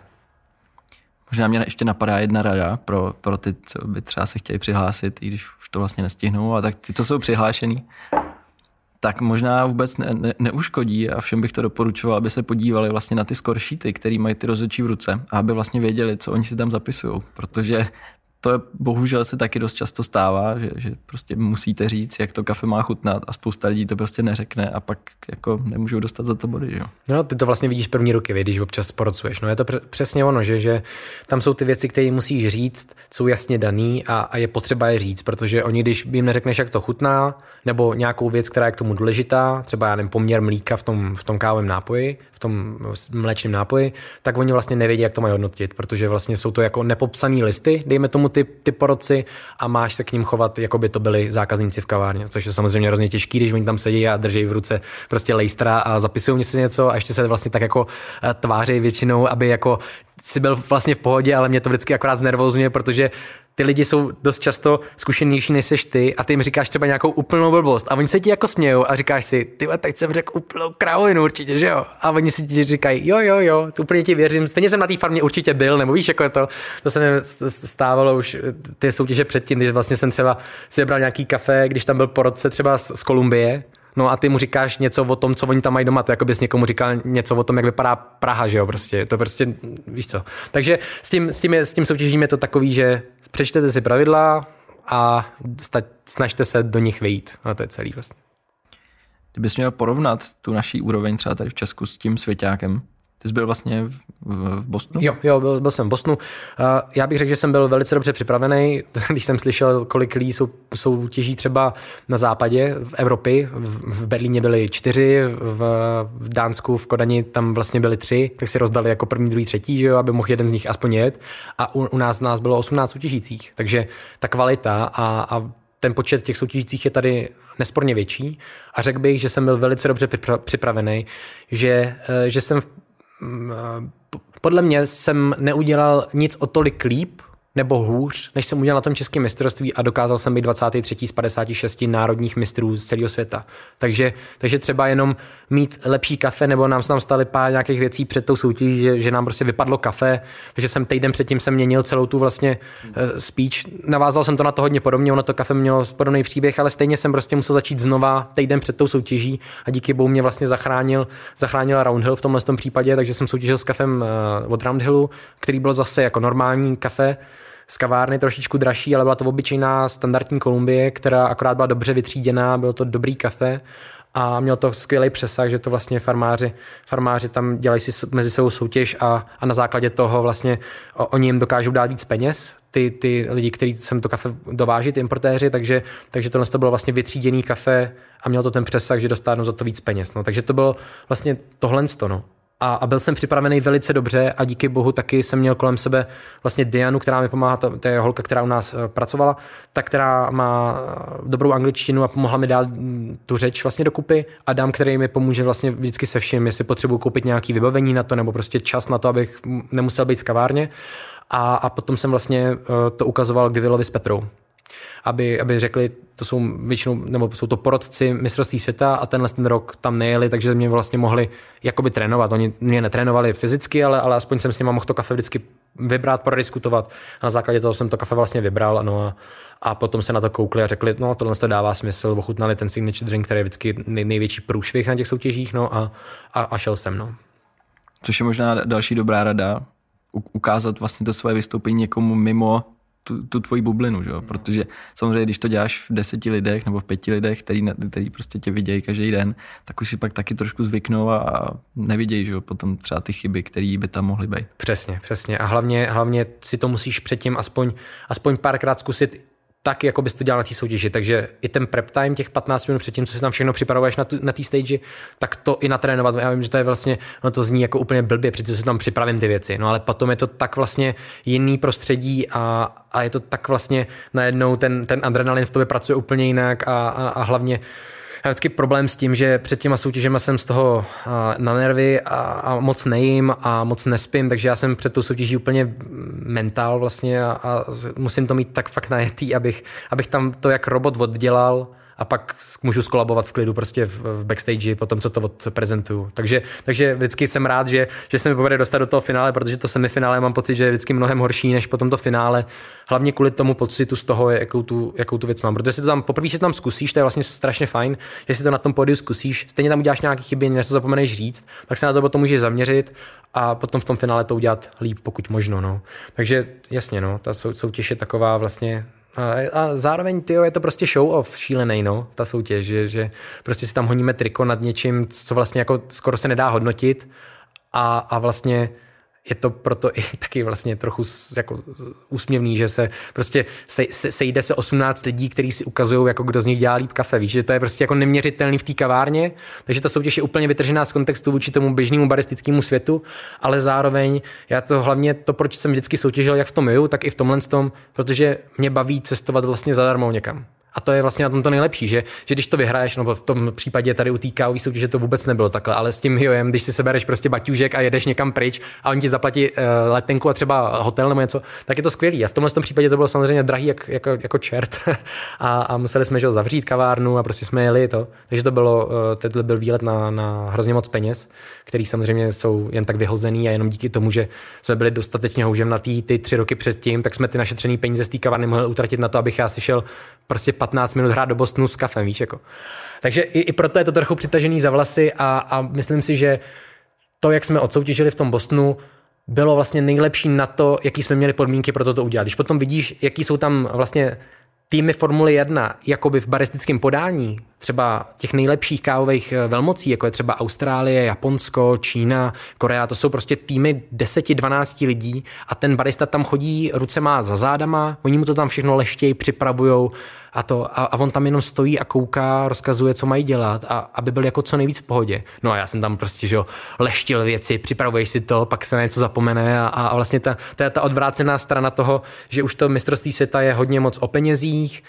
Možná mě ještě napadá jedna rada pro, pro ty, co by třeba se chtěli přihlásit, i když už to vlastně nestihnou, ale tak ty, co jsou přihlášený, tak možná vůbec ne, ne, neuškodí a všem bych to doporučoval, aby se podívali vlastně na ty score sheety, který mají ty rozhodčí v ruce a aby vlastně věděli, co oni si tam zapisují, protože to je, bohužel se taky dost často stává, že, že prostě musíte říct, jak to kafe má chutnat a spousta lidí to prostě neřekne a pak jako nemůžou dostat za to body. Jo? No, ty to vlastně vidíš první ruky, když občas porocuješ. No je to pr- přesně ono, že, že tam jsou ty věci, které musíš říct, jsou jasně daný a, a je potřeba je říct, protože oni, když jim neřekneš, jak to chutná, nebo nějakou věc, která je k tomu důležitá, třeba já nevím, poměr mlíka v tom, v tom kávovém nápoji, v tom mléčném nápoji, tak oni vlastně nevědí, jak to mají hodnotit, protože vlastně jsou to jako nepopsané listy, dejme tomu ty, ty porodci a máš se k ním chovat, jako by to byli zákazníci v kavárně, což je samozřejmě hrozně těžký, když oni tam sedí a drží v ruce prostě lejstra a zapisují si něco a ještě se vlastně tak jako tváří většinou, aby jako si byl vlastně v pohodě, ale mě to vždycky akorát znervózňuje, protože ty lidi jsou dost často zkušenější než seš ty a ty jim říkáš třeba nějakou úplnou blbost a oni se ti jako smějou a říkáš si, ty teď jsem řekl úplnou kravinu určitě, že jo? A oni si ti říkají, jo, jo, jo, to úplně ti věřím, stejně jsem na té farmě určitě byl, nebo víš, jako to, to se mi stávalo už ty soutěže předtím, když vlastně jsem třeba si vybral nějaký kafe, když tam byl porodce třeba z Kolumbie. No a ty mu říkáš něco o tom, co oni tam mají doma, to jako bys někomu říkal něco o tom, jak vypadá Praha, že jo, prostě, to prostě, víš co. Takže s tím, s tím, je, s tím soutěžím je to takový, že přečtete si pravidla a sta- snažte se do nich vejít. No to je celý vlastně. Kdybys měl porovnat tu naší úroveň třeba tady v Česku s tím svěťákem, ty jsi byl vlastně v, v, v Bostonu? Jo, jo, byl, byl jsem v Bostonu. Uh, já bych řekl, že jsem byl velice dobře připravený, když jsem slyšel, kolik lidí jsou, soutěží třeba na západě v Evropě. V, v Berlíně byli čtyři, v, v Dánsku, v Kodani tam vlastně byli tři, tak si rozdali jako první, druhý, třetí, že jo, aby mohl jeden z nich aspoň jet. A u, u nás, nás bylo osmnáct soutěžících, takže ta kvalita a, a ten počet těch soutěžících je tady nesporně větší. A řekl bych, že jsem byl velice dobře připravený, že, že jsem podle mě jsem neudělal nic o tolik líp nebo hůř, než jsem udělal na tom českém mistrovství a dokázal jsem být dvacátý třetí z padesáti šesti národních mistrů z celého světa. Takže, takže třeba jenom mít lepší kafe, nebo nám se tam staly pár nějakých věcí před tou soutěží, že, že nám prostě vypadlo kafe, takže jsem týden předtím jsem měnil celou tu vlastně speech. Navázal jsem to na to hodně podobně, ono to kafe mělo podobný příběh, ale stejně jsem prostě musel začít znova týden před tou soutěží a díky bohu mě vlastně zachránil, zachránil Roundhill v tomhle tom případě, takže jsem soutěžil s kafem od Roundhillu, který byl zase jako normální kafe, z kavárny trošičku dražší, ale byla to obyčejná standardní Kolumbie, která akorát byla dobře vytříděná, bylo to dobrý kafe a mělo to skvělý přesah, že to vlastně farmáři, farmáři tam dělají si mezi sebou soutěž a, a na základě toho vlastně oni jim dokážou dát víc peněz, ty, ty lidi, kteří sem to kafe dováží, ty importéři, takže, takže tohle to bylo vlastně vytříděný kafe a mělo to ten přesah, že dostávají za to víc peněz. No, takže to bylo vlastně tohle no. A, a byl jsem připravený velice dobře a díky bohu taky jsem měl kolem sebe vlastně Dianu, která mi pomáhá, to, to je holka, která u nás pracovala, ta, která má dobrou angličtinu a pomohla mi dát tu řeč vlastně dokupy a Adam, který mi pomůže vlastně vždycky se vším, jestli potřebuji koupit nějaký vybavení na to nebo prostě čas na to, abych nemusel být v kavárně. A, a potom jsem vlastně to ukazoval Givilovi s Petrou. Aby, aby řekli, to jsou většinou, nebo jsou to porodci mistrovství světa a tenhle ten rok tam nejeli, takže mě vlastně mohli jakoby trénovat. Oni mě netrénovali fyzicky, ale, ale aspoň jsem s nima mohl to kafe vždycky vybrat, prodiskutovat. A na základě toho jsem to kafe vlastně vybral. No a, a potom se na to koukli a řekli, no tohle to dává smysl, ochutnali ten signature drink, který je vždycky nej, největší průšvih na těch soutěžích, no a, a, a šel jsem, no. Což je možná další dobrá rada, ukázat vlastně to svoje vystoupení někomu mimo Tu, tu tvoji bublinu, že? Protože samozřejmě, když to děláš v deseti lidech nebo v pěti lidech, který, který prostě tě vidějí každý den, tak už si pak taky trošku zvyknou a nevidějí, že? Potom třeba ty chyby, které by tam mohly být. Přesně, přesně. A hlavně, hlavně si to musíš předtím aspoň, aspoň párkrát zkusit tak, jako bys to dělal na té soutěži. Takže i ten prep time, těch patnáct minut předtím, co si tam všechno připravuješ na, na té stage, tak to i natrénovat. Já vím, že to je vlastně, no to zní jako úplně blbě, protože si tam připravím ty věci. No ale potom je to tak vlastně jiný prostředí a, a je to tak vlastně najednou ten, ten adrenalin v tobě pracuje úplně jinak a, a, a hlavně já vždycky problém s tím, že před těma soutěžema jsem z toho na nervy a, a moc nejím a moc nespím, takže já jsem před tou soutěží úplně mentál vlastně a, a musím to mít tak fakt najetý, abych, abych tam to jak robot oddělal a pak můžu skolabovat v klidu prostě v, v backstage po tom, co to odprezentuju. Takže, takže vždycky jsem rád, že, že se mi povede dostat do toho finále, protože to semifinále mám pocit, že je vždycky mnohem horší než potom to finále. Hlavně kvůli tomu pocitu z toho, jakou tu, jakou tu věc mám. Protože si to tam poprvé si to tam zkusíš, to je vlastně strašně fajn, že si to na tom pódiu zkusíš, stejně tam uděláš nějaké chyby, něco zapomeneš říct, tak se na to potom můžeš zaměřit a potom v tom finále to udělat líp, pokud možno. No. Takže jasně, no, ta soutěž je taková vlastně. A, a zároveň, tyjo, je to prostě show off šílenej, no, ta soutěž, že, že prostě si tam honíme triko nad něčím, co vlastně jako skoro se nedá hodnotit a, a vlastně je to proto i taky vlastně trochu jako úsměvný, že se prostě se, se, sejde se osmnáct lidí, kteří si ukazují, jako kdo z nich dělá líp kafe, víš, že to je prostě jako neměřitelný v té kavárně, takže ta soutěž je úplně vytržená z kontextu vůči tomu běžnému baristickému světu, ale zároveň já to hlavně to, proč jsem vždycky soutěžil jak v tom Ju, tak i v tomhle tom, protože mě baví cestovat vlastně zadarmo někam. A to je vlastně na tom to nejlepší, že, že když to vyhraješ, no v tom případě tady u té kávové soutěže to vůbec nebylo takhle, ale s tím jojem, když si sebereš prostě baťůžek a jedeš někam pryč a oni ti zaplatí uh, letenku a třeba hotel nebo něco, tak je to skvělý. A v tomhle tom případě to bylo samozřejmě drahý jak, jako, jako čert a, a museli jsme že, zavřít kavárnu a prostě jsme jeli to. Takže to bylo, uh, tenhle byl výlet na, na hrozně moc peněz, který samozřejmě jsou jen tak vyhozený a jenom díky tomu, že jsme byli dostatečně houžem na ty ty tři roky předtím, tak jsme ty našetřené peníze z té kavárny mohli utratit na to, abych já si šel prostě patnáct minut hrát do Bostonu s kafem, víš, jako. Takže i, i proto je to trochu přitažený za vlasy a, a myslím si, že to, jak jsme odsoutěžili v tom Bostonu, bylo vlastně nejlepší na to, jaký jsme měli podmínky pro toto udělat. Když potom vidíš, jaký jsou tam vlastně týmy Formuly jedna, jakoby v baristickém podání, třeba těch nejlepších kávových velmocí, jako je třeba Austrálie, Japonsko, Čína, Korea, to jsou prostě týmy deset dvanáct lidí a ten barista tam chodí, ruce má za zádama, oni mu to tam všechno leštějí, připravujou a to a, a on tam jenom stojí a kouká, rozkazuje, co mají dělat a aby byl jako co nejvíc v pohodě. No a já jsem tam prostě, že jo, leštil věci, připravuješ si to, pak se na něco zapomene a, a vlastně ta, to je ta odvrácená strana toho, že už to mistrovství světa je hodně moc o penězích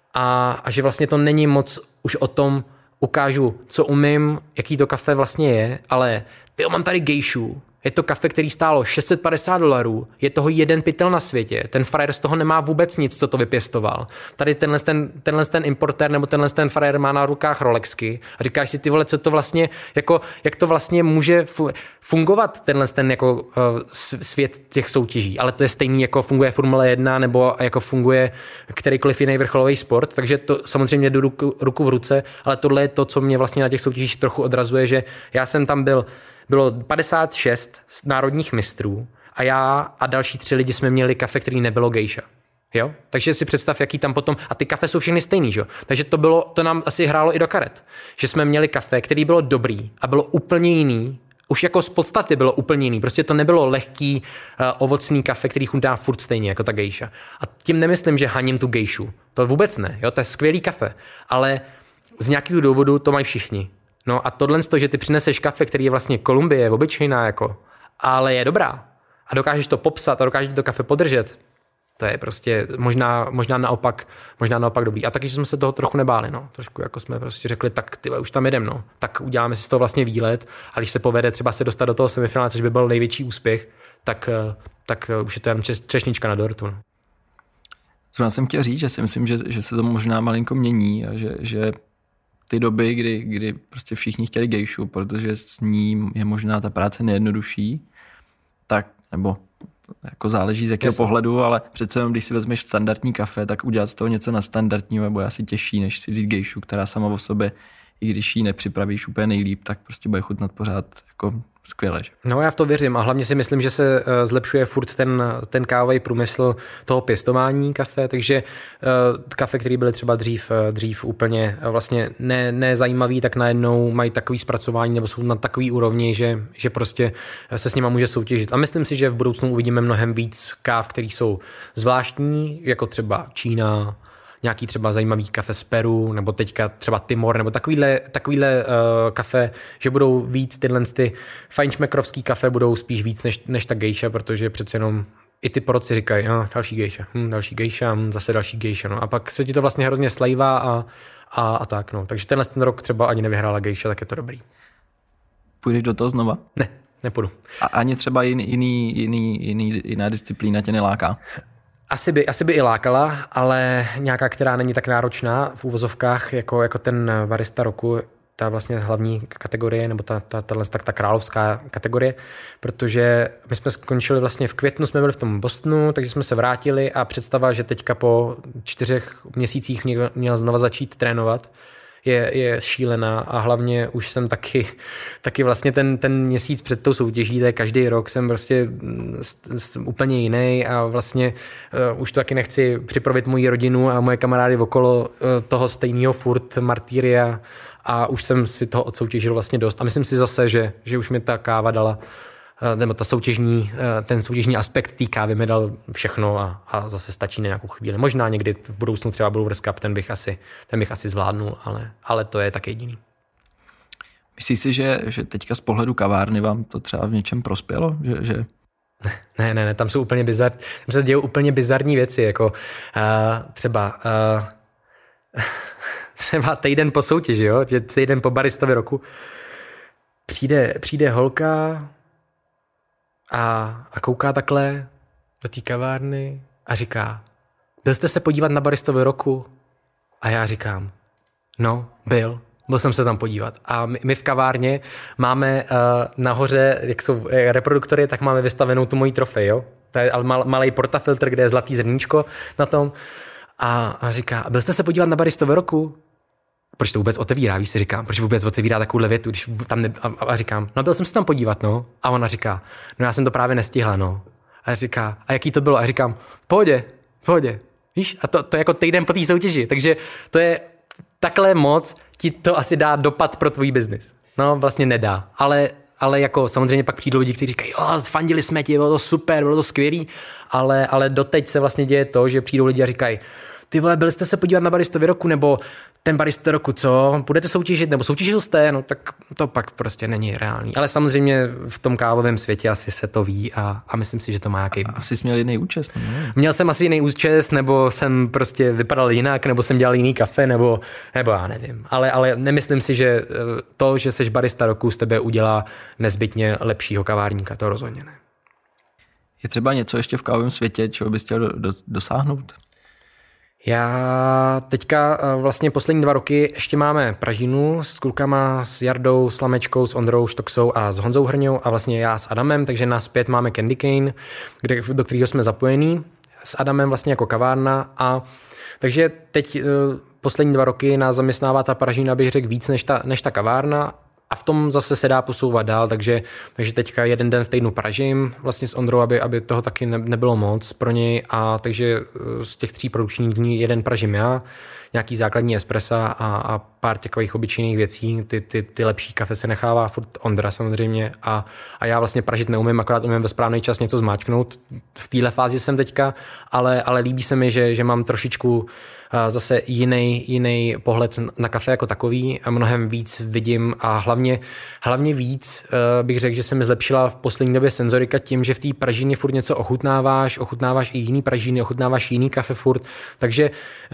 a, a že vlastně to není moc už o tom, ukážu, co umím, jaký to kafe vlastně je, ale tyjo, mám tady gejšu. Je to kafe, který stálo šest set padesát dolarů, je toho jeden pytel na světě, ten frajer z toho nemá vůbec nic, co to vypěstoval. Tady tenhle ten, tenhle ten importér nebo tenhle ten frajer má na rukách Rolexky a říkáš si, ty vole, co to vlastně, jako, jak to vlastně může fungovat tenhle ten jako uh, svět těch soutěží, ale to je stejný, jako funguje Formule jedna nebo jako funguje kterýkoliv jiný vrcholový sport, takže to samozřejmě jdu ruku, ruku v ruce, ale tohle je to, co mě vlastně na těch soutěžích trochu odrazuje, že já jsem tam byl. Bylo padesát šest národních mistrů a já a další tři lidi jsme měli kafe, který nebylo gejša. Jo? Takže si představ, jaký tam potom, a ty kafe jsou všechny stejný, že? Takže to bylo, to nám asi hrálo i do karet, že jsme měli kafe, který bylo dobrý a bylo úplně jiný, už jako z podstaty bylo úplně jiný, prostě to nebylo lehký uh, ovocný kafe, který chutná furt stejně jako ta gejša. A tím nemyslím, že haním tu gejšu, to vůbec ne, jo? To je skvělý kafe, ale z nějakého důvodu to mají všichni. No a tohle z toho, že ty přineseš kafe, který je vlastně Kolumbie, obyčejná jako, ale je dobrá a dokážeš to popsat a dokážeš to kafe podržet, to je prostě možná, možná naopak, možná naopak dobrý. A taky, že jsme se toho trochu nebáli, no. Trošku jako jsme prostě řekli, tak ty už tam jedem, no. Tak uděláme si z toho vlastně výlet a když se povede třeba se dostat do toho semifinále, což by byl největší úspěch, tak, tak už je to jen třešnička na dortu, no. Já jsem chtěl říct, že si myslím, že, že se to možná malinko mění a že, že ty doby, kdy, kdy prostě všichni chtěli gejšu, protože s ním je možná ta práce nejjednodušší, tak, nebo jako záleží z jakého pohledu, ale přece jenom, když si vezmeš standardní kafe, tak udělat z toho něco na standardního, nebo asi těžší, než si vzít gejšu, která sama o sobě, i když ji nepřipravíš úplně nejlíp, tak prostě bude chutnat pořád jako skvěle. Že? No já v to věřím a hlavně si myslím, že se zlepšuje furt ten, ten kávový průmysl toho pěstování kafe, takže uh, kafe, které byly třeba dřív, dřív úplně vlastně ne, nezajímavý, tak najednou mají takový zpracování nebo jsou na takový úrovni, že, že prostě se s nima může soutěžit. A myslím si, že v budoucnu uvidíme mnohem víc káv, které jsou zvláštní, jako třeba Čína, nějaký třeba zajímavý kafe z Peru, nebo teďka třeba Timor, nebo takovýhle, takovýhle uh, kafe, že budou víc tyhle ty fajnšmekrovský kafe budou spíš víc než, než ta gejša, protože přece jenom i ty porodci říkají, no, další gejša, hm, další gejša, hm, zase další gejša, no. A pak se ti to vlastně hrozně slejvá a, a, a tak, no. Takže tenhle ten rok třeba ani nevyhrála gejša, tak je to dobrý. Půjdeš do toho znova? Ne, nepůjdu. A ani třeba jiný, jiný, jiný, jiný, jiná disciplína tě neláká? Asi by, asi by i lákala, ale nějaká, která není tak náročná v úvozovkách, jako, jako ten barista roku, ta vlastně hlavní kategorie, nebo ta, ta, ta, ta, ta královská kategorie, protože my jsme skončili vlastně v květnu, jsme byli v tom Bostonu, takže jsme se vrátili a představa, že teďka po čtyřech měsících měl, měl znova začít trénovat, je, je šílená a hlavně už jsem taky, taky vlastně ten, ten měsíc před tou soutěží, tak každý rok jsem prostě úplně jiný a vlastně uh, už to taky nechci připravit moji rodinu a moje kamarády okolo uh, toho stejného furt martyria a už jsem si toho odsoutěžil vlastně dost a myslím si zase, že, že už mi ta káva dala nebo ta soutěžní, ten soutěžní aspekt té kávy mi dal všechno a, a zase stačí na nějakou chvíli. Možná někdy v budoucnu třeba Brewers Cup, ten bych asi, ten bych asi zvládnul, ale, ale to je tak jediný. Myslíš si, že, že teďka z pohledu kavárny vám to třeba v něčem prospělo? Že, že... Ne, ne, ne, tam jsou úplně bizar, tam se dějou úplně bizarní věci, jako uh, třeba uh, třeba týden po soutěži, jo, týden po baristovi roku přijde, přijde holka A, a kouká takhle do té kavárny a říká, byl jste se podívat na baristovi roku? A já říkám, no, byl, byl jsem se tam podívat. A my, my v kavárně máme uh, nahoře, jak jsou reproduktory, tak máme vystavenou tu mojí trofej, jo? To je mal, malej portafiltr, kde je zlatý zrníčko na tom. A, a říká, byl jste se podívat na baristovi roku? Proč to vůbec otevírá, víš si říkám, proč vůbec otevírá takovouhle větu, když tam ne, a, a říkám, no byl jsem se tam podívat, no. A ona říká, no já jsem to právě nestihla, no. A říká, a jaký to bylo? A říkám, v pohodě, v pohodě, víš? A to, to je jako týden po té soutěži, takže to je takhle moc, ti to asi dá dopad pro tvůj biznis. No vlastně nedá, ale, ale jako samozřejmě pak přijdou lidi, kteří říkají, jo, fandili jsme ti, bylo to super, bylo to skvělý, ale, ale doteď se vlastně děje to, že přijdou lidi a říkají, ty vole, byli jste se podívat na baristovi roku, nebo ten barista roku, co? Budete soutěžit, nebo soutěžil jste? No tak to pak prostě není reálný. Ale samozřejmě v tom kávovém světě asi se to ví a, a myslím si, že to má nějaký... Asi jsi měl jiný účest, ne? Měl jsem asi jiný účest, nebo jsem prostě vypadal jinak, nebo jsem dělal jiný kafe, nebo, nebo já nevím. Ale, ale nemyslím si, že to, že jsi barista roku, z tebe udělá nezbytně lepšího kavárníka. To rozhodně ne. Je třeba něco ještě v kávovém světě, čeho bys chtěl do, dosáhnout? Já teďka vlastně poslední dva roky ještě máme pražinu s klukama, s Jardou, s Lamečkou, s Ondrou Štoksou a s Honzou Hrňou a vlastně já s Adamem, takže nás pět máme Candy Cane, kde, do kterého jsme zapojení s Adamem vlastně jako kavárna a takže teď poslední dva roky nás zaměstnává ta pražina, bych řekl, víc než ta, než ta kavárna. A v tom zase se dá posouvat dál, takže, takže teďka jeden den v týdnu pražím vlastně s Ondrou, aby, aby toho taky ne, nebylo moc pro něj a takže z těch tří produkčních dní jeden pražím já, nějaký základní espressa a, a pár takových obyčejných věcí, ty, ty, ty lepší kafe se nechává furt Ondra samozřejmě a, a já vlastně pražit neumím, akorát umím ve správný čas něco zmáčknout. V téhle fázi jsem teďka, ale, ale líbí se mi, že, že mám trošičku zase jiný, jiný pohled na kafe jako takový a mnohem víc vidím a hlavně, hlavně víc bych řekl, že se mi zlepšila v poslední době senzorika tím, že v té pražině furt něco ochutnáváš, ochutnáváš i jiný pražiny, ochutnáváš jiný kafe furt, takže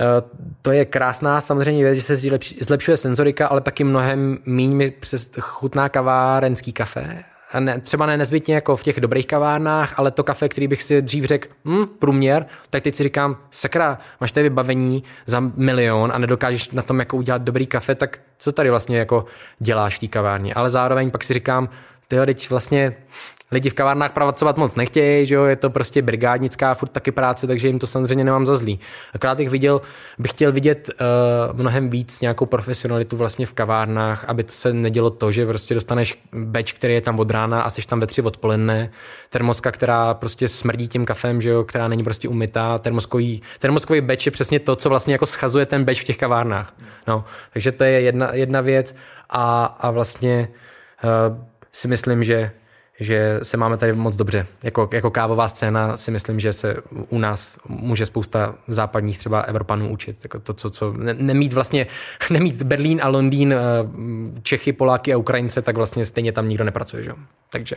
to je krásná samozřejmě věc, že se zlepšuje senzorika, ale taky mnohem míň mi přes chutná kavárenský kafe. A ne, třeba ne nezbytně jako v těch dobrých kavárnách, ale to kafe, který bych si dřív řekl, hm, průměr, tak teď si říkám, sakra, máš tady vybavení za milion a nedokážeš na tom jako udělat dobrý kafe, tak co tady vlastně jako děláš v té kavárně? Ale zároveň pak si říkám, tyjo, teď vlastně lidi v kavárnách pracovat moc nechtějí, že jo, je to prostě brigádnická furt taky práce, takže jim to samozřejmě nemám za zlý. Akorát bych viděl, bych chtěl vidět uh, mnohem víc nějakou profesionalitu vlastně v kavárnách, aby to se nedělo to, že prostě dostaneš beč, který je tam od rána a jsi tam ve tři odpoledne, termoska, která prostě smrdí tím kafem, že jo, která není prostě umytá, termoskový, termoskový beč je přesně to, co vlastně jako schazuje ten beč v těch kavárnách. No, takže to je jedna, jedna věc a, a vlastně uh, si myslím, že že se máme tady moc dobře. Jako, jako kávová scéna si myslím, že se u nás může spousta západních třeba Evropanů učit. Jako to, co, co ne, nemít vlastně, nemít Berlín a Londýn, Čechy, Poláky a Ukrajince, tak vlastně stejně tam nikdo nepracuje. Že? Takže.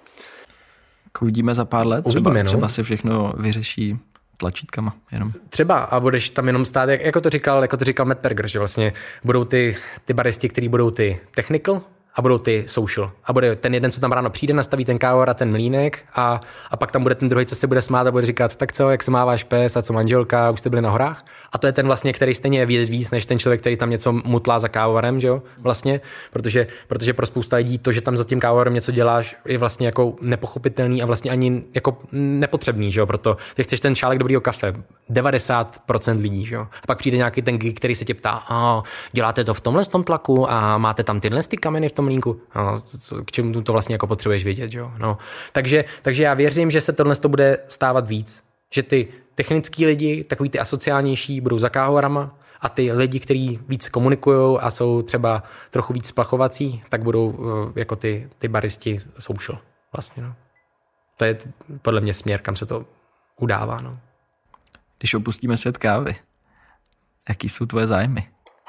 Uvidíme za pár let, Uvidíme, třeba, no. třeba se všechno vyřeší tlačítkama jenom. Třeba a budeš tam jenom stát, jak, jako to říkal, jako to říkal Matt Perger, že vlastně budou ty, ty baristi, který budou ty technical a budou ty social. A bude ten jeden, co tam ráno přijde, nastaví ten kávovar a ten mlýnek a, a pak tam bude ten druhý, co se bude smát a bude říkat, tak co, jak se má váš pes a co manželka, už jste byli na horách. A to je ten vlastně, který stejně je vidět víc, než ten člověk, který tam něco mutlá za kávovarem, že jo, vlastně, protože, protože pro spousta lidí to, že tam za tím kávovarem něco děláš, je vlastně jako nepochopitelný a vlastně ani jako nepotřebný, že jo, proto ty chceš ten šálek dobrýho kafe, devadesát procent lidí, že jo. A pak přijde nějaký ten geek, který se tě ptá, a děláte to v tomhle tom tlaku a máte tam tyhle ty kameny v tom mlýnku. No, k čemu to vlastně jako potřebuješ vědět, že jo. No. Takže, takže já věřím, že se tohle to bude stávat víc, že ty technický lidi, takový ty asociálnější, budou za kávovarama a ty lidi, kteří víc komunikují a jsou třeba trochu víc splachovací, tak budou jako ty, ty baristi social vlastně, no. To je podle mě směr, kam se to udává, no. Když opustíme svět kávy, jaký jsou tvoje zájmy?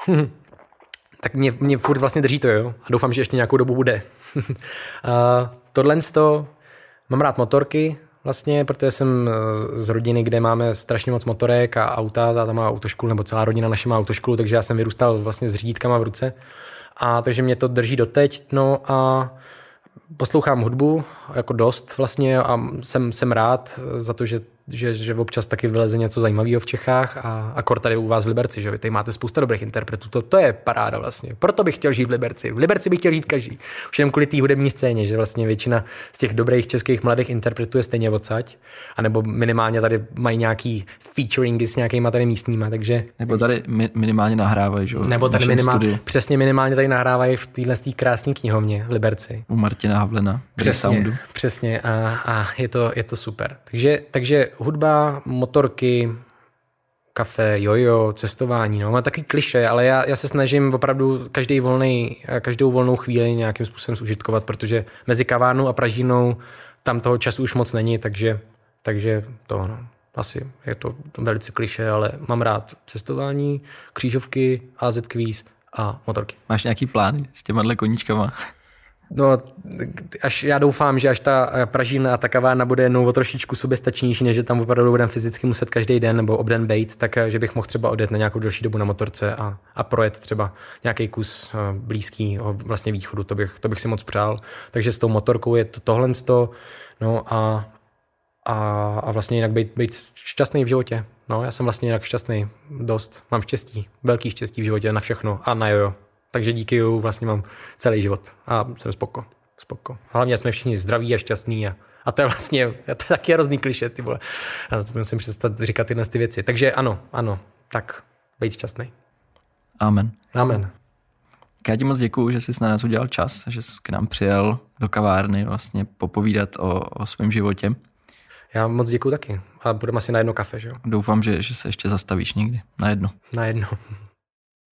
Tak mě, mě furt vlastně drží to, jo. A doufám, že ještě nějakou dobu bude. uh, tohle to, mám rád motorky, vlastně, protože jsem z rodiny, kde máme strašně moc motorek a auta, táta má autoškolu, nebo celá rodina naše má autoškolu, takže já jsem vyrůstal vlastně s řídítkama v ruce. A takže mě to drží doteď, no a poslouchám hudbu jako dost vlastně a jsem, jsem rád za to, že, že, že občas taky vyleze něco zajímavého v Čechách a, a kor tady u vás v Liberci, že vy tady máte spousta dobrých interpretů, to, to je paráda vlastně. Proto bych chtěl žít v Liberci. V Liberci bych chtěl žít každý. Už jen kvůli té hudební scéně, že vlastně většina z těch dobrých českých mladých interpretů je stejně odsaď, anebo minimálně tady mají nějaký featuringy s nějakýma tady místníma, takže... Nebo tady mi, minimálně nahrávají, že jo? Nebo tady minimálně, přesně minimálně tady nahrávají v téhle krásné knihovně v Liberci. U Martina Havlena. Přesně, přesně a, a je, to, je to super. Takže, takže hudba, motorky, kafe, jojo, cestování, no, má taky kliše, ale já, já se snažím opravdu každý volnej, každou volnou chvíli nějakým způsobem zužitkovat, protože mezi kavárnou a pražínou tam toho času už moc není, takže, takže to, no, asi je to velice kliše, ale mám rád cestování, křížovky, á zet kvíz a motorky. Máš nějaký plány s těma koníčkama? No, až já doufám, že až ta pražína a ta kavárna bude jednou o trošičku soběstačnější, než že tam opravdu budeme fyzicky muset každý den nebo obden bejt, tak že bych mohl třeba odjet na nějakou delší dobu na motorce a, a projet třeba nějaký kus blízkého vlastně východu, to bych, to bych si moc přál. Takže s tou motorkou je to tohle, no a, a, a vlastně jinak být, být šťastný v životě. No, já jsem vlastně jinak šťastný dost, mám štěstí, velký štěstí v životě na všechno a na jojo. Takže díky joju vlastně mám celý život a jsem spoko. spoko. Hlavně jsme všichni zdraví a šťastní a, a to je vlastně to je taky hrozný klišé, ty vole. Já musím přestat říkat tyhle ty věci. Takže ano, ano, tak být šťastný. Amen. Amen. Já ti moc děkuju, že jsi na nás udělal čas, že jsi k nám přijel do kavárny vlastně popovídat o, o svém životě. Já moc děkuju taky. A budeme asi na jedno kafe, že jo? Doufám, že, že se ještě zastavíš někdy. Na jedno. Na jedno.